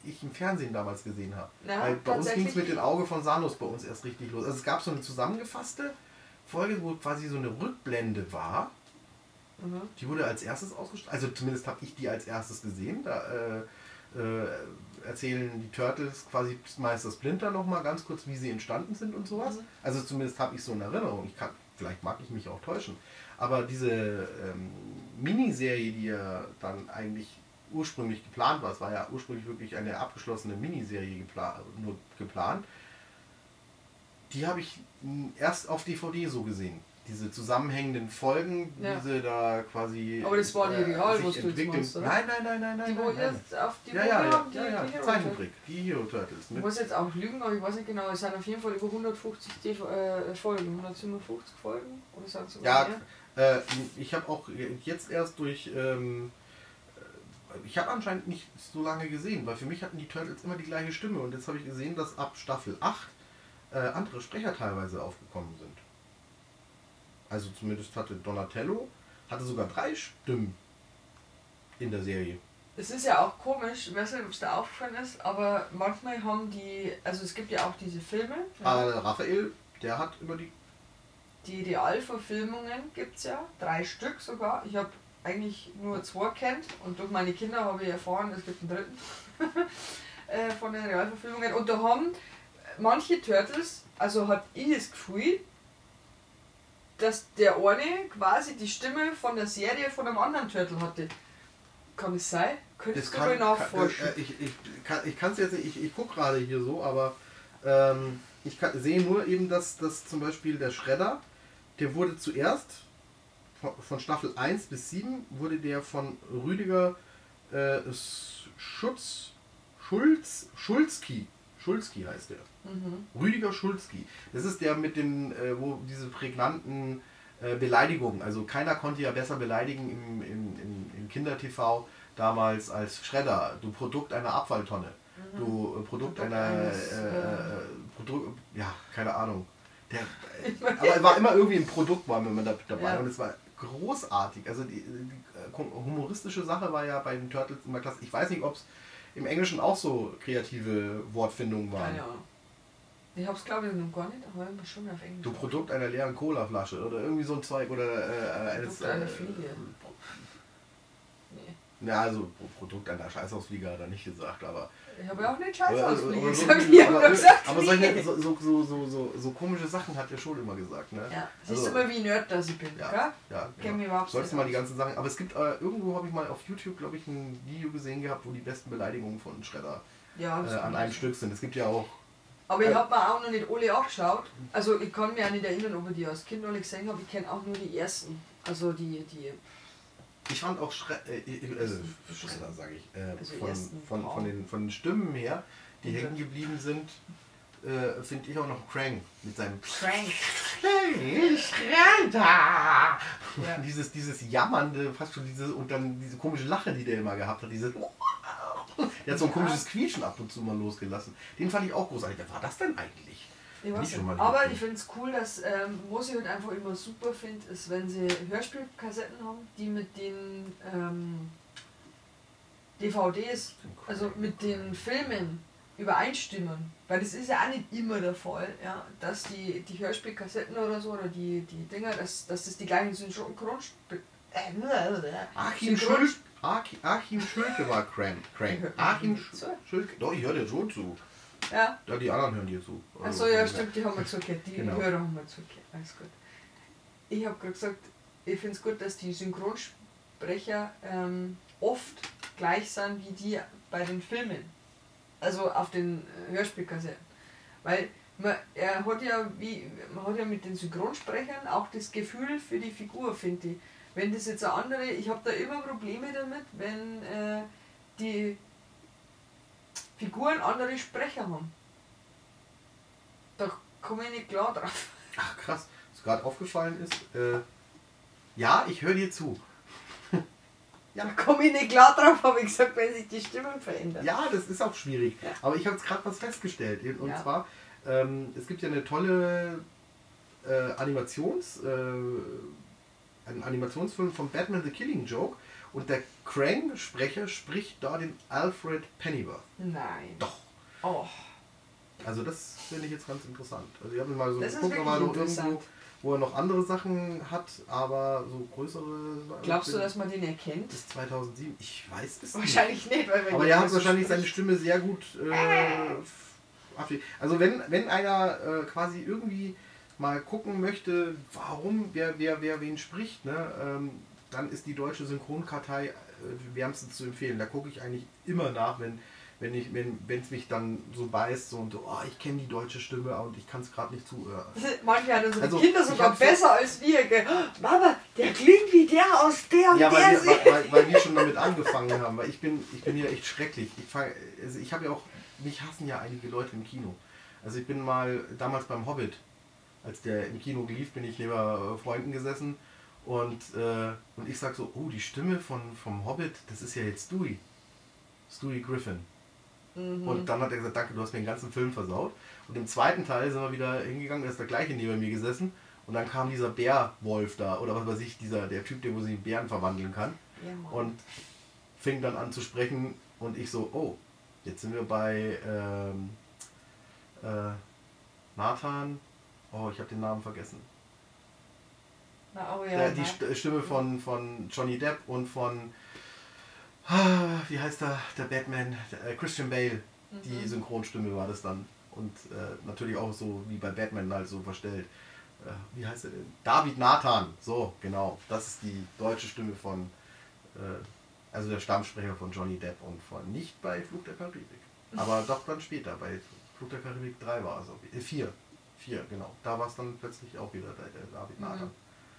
ich im Fernsehen damals gesehen habe. Ja, Weil bei uns ging es tatsächlich. mit den Auge von Sanus bei uns erst richtig los. Also es gab so eine zusammengefasste Folge, wo quasi so eine Rückblende war. Mhm. Die wurde als erstes ausgestrahlt. Also zumindest habe ich die als erstes gesehen. Da äh, äh, erzählen die Turtles quasi Meister Splinter nochmal ganz kurz, wie sie entstanden sind und sowas. Mhm. Also zumindest habe ich so in Erinnerung. Ich kann, vielleicht mag ich mich auch täuschen. Aber diese ähm, Miniserie, die ja dann eigentlich ursprünglich geplant war, es war ja ursprünglich wirklich eine abgeschlossene Miniserie gepla nur geplant, die habe ich erst auf D V D so gesehen. Diese zusammenhängenden Folgen, Ja. diese da quasi. Aber das war die Real, sich was du jetzt entwickeln. meinst, oder? Nein, nein, nein, nein, nein. Die, wo nein, nein. jetzt auf die Ja, wo ja, wir ja, haben, die, ja, ja. die Hero Zeichentrick, die Hero Turtles. Ich Mit muss jetzt auch lügen, aber ich weiß nicht genau, es sind auf jeden Fall über hundertfünfzig D V äh, Folgen, hundertsiebenundfünfzig Folgen oder sind es sogar Ja, mehr? äh, ich habe auch jetzt erst durch. Ähm, ich habe anscheinend nicht so lange gesehen, weil für mich hatten die Turtles immer die gleiche Stimme und jetzt habe ich gesehen, dass ab Staffel acht äh, andere Sprecher teilweise aufgekommen sind. Also zumindest hatte Donatello hatte sogar drei Stimmen in der Serie. Es ist ja auch komisch, ich weiß nicht, ob es da aufgefallen ist, aber manchmal haben die, also es gibt ja auch diese Filme, ja, Äh, Raphael, der hat über die. die Realverfilmungen gibt es ja, drei Stück sogar. Ich habe eigentlich nur zwei kennt und durch meine Kinder habe ich erfahren, es gibt einen dritten äh, von den Realverfilmungen. Und da haben manche Turtles, also hat ich das Gefühl, dass der eine quasi die Stimme von der Serie von einem anderen Turtle hatte. Kann es sein? Könntest du mal nachforschen? Kann, äh, ich ich kann es jetzt nicht, ich, ich gucke gerade hier so, aber ähm, ich kann, sehe nur eben, dass, dass zum Beispiel der Shredder, der wurde zuerst von, von Staffel eins bis sieben wurde der von Rüdiger äh, Schutz, Schulz, Schulzki, Schulzki heißt der. Mhm. Rüdiger Schulzki. Das ist der mit den, äh, wo diese prägnanten äh, Beleidigungen, also keiner konnte ja besser beleidigen im, im, im, im Kinder-T V damals als Shredder, du Produkt einer Abfalltonne, Mhm. du äh, Produkt, Produkt einer, eines, äh, äh, äh, Produkt, ja, keine Ahnung. Der, äh, aber er war immer irgendwie ein Produkt war immer da, dabei Ja. und es war großartig. Also die, die humoristische Sache war ja bei den Turtles immer klasse. Ich weiß nicht, ob es im Englischen auch so kreative Wortfindungen waren. Keine Ahnung. Ich hab's glaube ich noch gar nicht, aber immer schon auf Englisch. Du Produkt einer leeren Colaflasche oder irgendwie so ein Zeug oder äh, eines. Produkt einer Äh, Fliege. Nee. ja, also Produkt einer Scheißhausfliege hat er nicht gesagt, aber. Ich habe ja auch nicht Scheiß aber, ausfliegen aber, so, gesagt. Ich habe aber, nur gesagt, aber Fliege. solche, so, so, so, so, so, so komische Sachen hat er schon immer gesagt, ne? Ja, siehst Also- du mal, wie nerd das ich bin, Ja, gell? ja. Kenn mich Genau. überhaupt Sollst du nicht mal die aus. ganzen Sachen. Aber es gibt äh, irgendwo habe ich mal auf YouTube, glaube ich, ein Video gesehen gehabt, wo die besten Beleidigungen von Shredder Ja, äh, das an kann einem ich. Stück sind. Es gibt ja auch. Aber ich Äh, habe mir auch noch nicht alle angeschaut. Also ich kann mich auch nicht erinnern, ob ich die als Kind alle gesehen habe. Ich kenne auch nur die ersten. Also die, die Ich fand auch Schre äh, äh, also Schredder, sage ich, äh, Also von, ersten von, paar. von, den, von den Stimmen her, die Okay. hängen geblieben sind, äh, finde ich auch noch Krang mit seinem Frank. Hey, Schredder! Ja. Dieses, dieses jammernde, fast schon diese, und dann diese komische Lache, die der immer gehabt hat, diese. Der hat so ein Ja. komisches Quietschen ab und zu mal losgelassen. Den fand ich auch großartig. Wer war das denn eigentlich? Ich weiß Nicht schon nicht. mal Aber gesehen. ich finde es cool, dass, ähm, was ich halt einfach immer super finde, ist, wenn sie Hörspielkassetten haben, die mit den ähm, D V Ds, also mit den Filmen übereinstimmen. Weil das ist ja auch nicht immer der Fall, ja, dass die, die Hörspielkassetten oder so, oder die, die Dinger, dass, dass das die gleichen Synchronsprecher. Achim, Schul Achim, Achim Schulke war Krang. Krang. Achim Sch Schulke. Doch, ich höre dir schon zu. Ja. Ja, die anderen hören dir zu. Achso, ja, stimmt, die haben wir zugehört. Die Genau. Hörer haben wir zugehört. Alles gut. Ich habe gerade gesagt, ich finde es gut, dass die Synchronsprecher ähm, oft gleich sind wie die bei den Filmen. Also auf den äh, Hörspielkassetten. Weil man, er hat ja, wie, man hat ja mit den Synchronsprechern auch das Gefühl für die Figur, finde ich. Wenn das jetzt eine andere, ich habe da immer Probleme damit, wenn äh, die Figuren andere Sprecher haben. Da komme ich nicht klar drauf. Ach krass, was gerade aufgefallen ist. Äh, ja, ich höre dir zu. Da komme ich nicht klar drauf, habe ich gesagt, wenn sich die Stimmen verändern. Ja, das ist auch schwierig. Ja. Aber ich habe jetzt gerade was festgestellt. Und Ja. zwar, ähm, es gibt ja eine tolle äh, Animations, äh, einen Animationsfilm von Batman the Killing Joke. Und der Krang-Sprecher spricht da den Alfred Pennyworth. Nein. Doch. Oh. Also das finde ich jetzt ganz interessant. Also ich habe mal so Das ist geguckt, aber wirklich noch interessant. irgendwo, wo er noch andere Sachen hat, aber so größere... Glaubst du, dass man den erkennt? Bis zweitausendsieben? Ich weiß es Wahrscheinlich nicht, weil wenn aber der er hat so wahrscheinlich spricht. seine Stimme sehr gut äh, abge- Also wenn, wenn einer äh, quasi irgendwie mal gucken möchte, warum wer, wer, wer wen spricht, ne, ähm, dann ist die deutsche Synchronkartei äh, wärmstens zu empfehlen. Da gucke ich eigentlich immer nach, wenn wenn ich wenn es mich dann so beißt so und so, oh, ich kenne die deutsche Stimme und ich kann es gerade nicht zuhören. Manchmal haben unsere Also, Kinder ich sogar hab's so- besser als wir. Gell? Mama, der klingt wie der aus der und Ja, weil der wir, Serie. weil, weil, weil wir schon damit angefangen haben, weil ich bin, ich bin hier echt schrecklich. Ich, fang, also ich habe ja auch, mich hassen ja einige Leute im Kino. Also ich bin mal damals beim Hobbit, als der im Kino lief, bin ich neben äh, Freunden gesessen und, äh, und ich sag so, oh, die Stimme von, vom Hobbit, das ist ja jetzt Stewie. Stewie Griffin. Mhm. Und dann hat er gesagt, danke, du hast mir den ganzen Film versaut. Und im zweiten Teil sind wir wieder hingegangen, da ist der gleiche neben mir gesessen. Und dann kam dieser Bärwolf da, oder was weiß ich, dieser, der Typ, der wo sich in Bären verwandeln kann. Ja, Mann. Und fing dann an zu sprechen und ich so, oh, jetzt sind wir bei ähm, äh, Nathan, oh, ich habe den Namen vergessen. Na, oh ja, äh, die na. St Stimme von, von Johnny Depp und von, ah, wie heißt der, der Batman, der, äh, Christian Bale, die Mhm. Synchronstimme war das dann. Und äh, natürlich auch so wie bei Batman halt so verstellt. Äh, wie heißt er denn? David Nathan, so, genau. Das ist die deutsche Stimme von, äh, also der Stammsprecher von Johnny Depp und von, nicht bei Flug der Karibik. Aber doch dann später, bei Flug der Karibik drei war es, auch- äh, vier. vier, genau. Da war es dann plötzlich auch wieder der, der David Mhm. Nathan.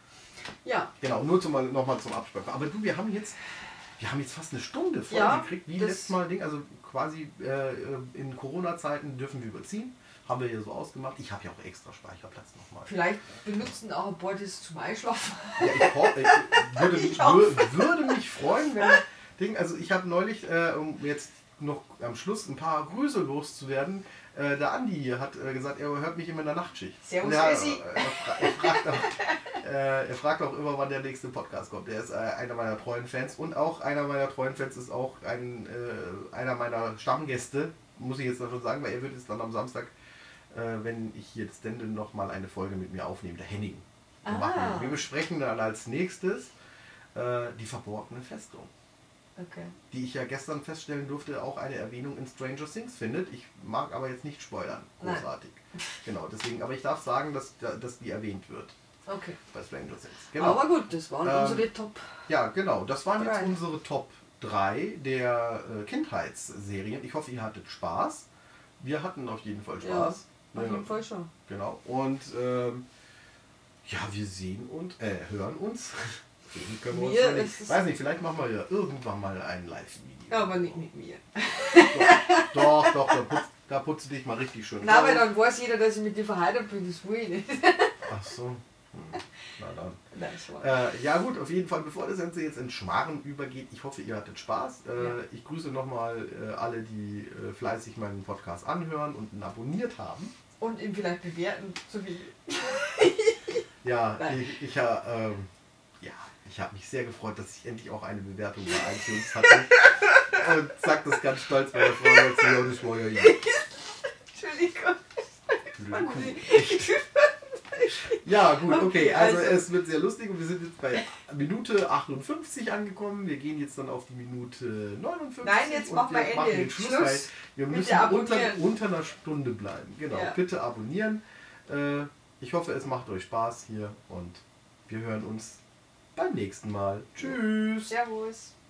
Ja, Genau, nur zum, nochmal zum Absprechen. Aber du, wir haben jetzt, wir haben jetzt fast eine Stunde voll Ja, gekriegt, wie das- letztes Mal Ding. Also quasi äh, in Corona-Zeiten dürfen wir überziehen. Haben wir hier so ausgemacht. Ich habe ja auch extra Speicherplatz nochmal. vielleicht benutzen auch ein paar das zum Einschlafen. Ja, ich, ho- ich, würde, Ich mich, hoffe. wür- würde mich freuen, wenn Ding. Also ich habe neulich, äh, um jetzt noch am Schluss ein paar Grüße loszuwerden, äh, der Andi hier hat äh, gesagt, er hört mich immer in der Nachtschicht. Servus, Und er, Össi. er, fra- er, fragt auch, äh, er fragt auch immer, wann der nächste Podcast kommt. Er ist äh, einer meiner treuen Fans und auch einer meiner treuen Fans ist auch ein, äh, einer meiner Stammgäste, muss ich jetzt noch schon sagen, weil er wird jetzt dann am Samstag, äh, wenn ich hier jetzt denn noch mal eine Folge mit mir aufnehme, der Henning. Wir, Ah. machen, wir besprechen dann als nächstes äh, die verborgene Festung, Okay. die ich ja gestern feststellen durfte, auch eine Erwähnung in Stranger Things findet. Ich mag aber jetzt nicht spoilern. Nein. Großartig. Genau, deswegen, aber ich darf sagen, dass, dass die erwähnt wird Okay. bei Stranger Things. Genau. Aber gut, das waren Ähm, unsere Top. Ja, genau. Das waren jetzt Drei. unsere Top drei der äh, Kindheitsserien. Ich hoffe, ihr hattet Spaß. Wir hatten auf jeden Fall Spaß. Auf Ja, jeden Fall schon. Genau. Und ähm, ja, wir sehen und äh, hören uns. Sehen können wir uns Wir noch nicht. ist es- Weiß nicht, vielleicht machen wir ja irgendwann mal ein Live-Video. Ja, aber nicht mit mir. Doch, doch, da putzt, da putzt du dich mal richtig schön Nein, weil raus. dann weiß jeder, dass ich mit dir verheiratet bin. Das will ich nicht. Ach so. Hm. Na dann. Nein, das war. Äh, ja gut, auf jeden Fall, bevor das Ganze jetzt in Schmarren übergeht, ich hoffe, ihr hattet Spaß. Äh, Ja. Ich grüße nochmal äh, alle, die äh, fleißig meinen Podcast anhören und ihn abonniert haben. Und ihn vielleicht bewerten, so wie. Ja, Nein. ich, ich, ja, ähm, ja, ich habe mich sehr gefreut, dass ich endlich auch eine Bewertung bei iTunes hatte. Und sag das ganz stolz bei der Frau, jetzt hier und ich war ja hier. Entschuldigung. Blöde Kuh. Echt. Ja, gut, okay. Okay, Also, also- es wird sehr lustig und wir sind jetzt bei Minute achtundfünfzig angekommen. Wir gehen jetzt dann auf die Minute neunundfünfzig. Nein, jetzt und machen wir Ende. den Schluss, Schluss. weil wir Bitte müssen unter, abonnieren. unter einer Stunde bleiben. Genau, Ja. bitte abonnieren. Äh, ich hoffe, es macht euch Spaß hier und wir hören uns beim nächsten Mal. Tschüss. Servus.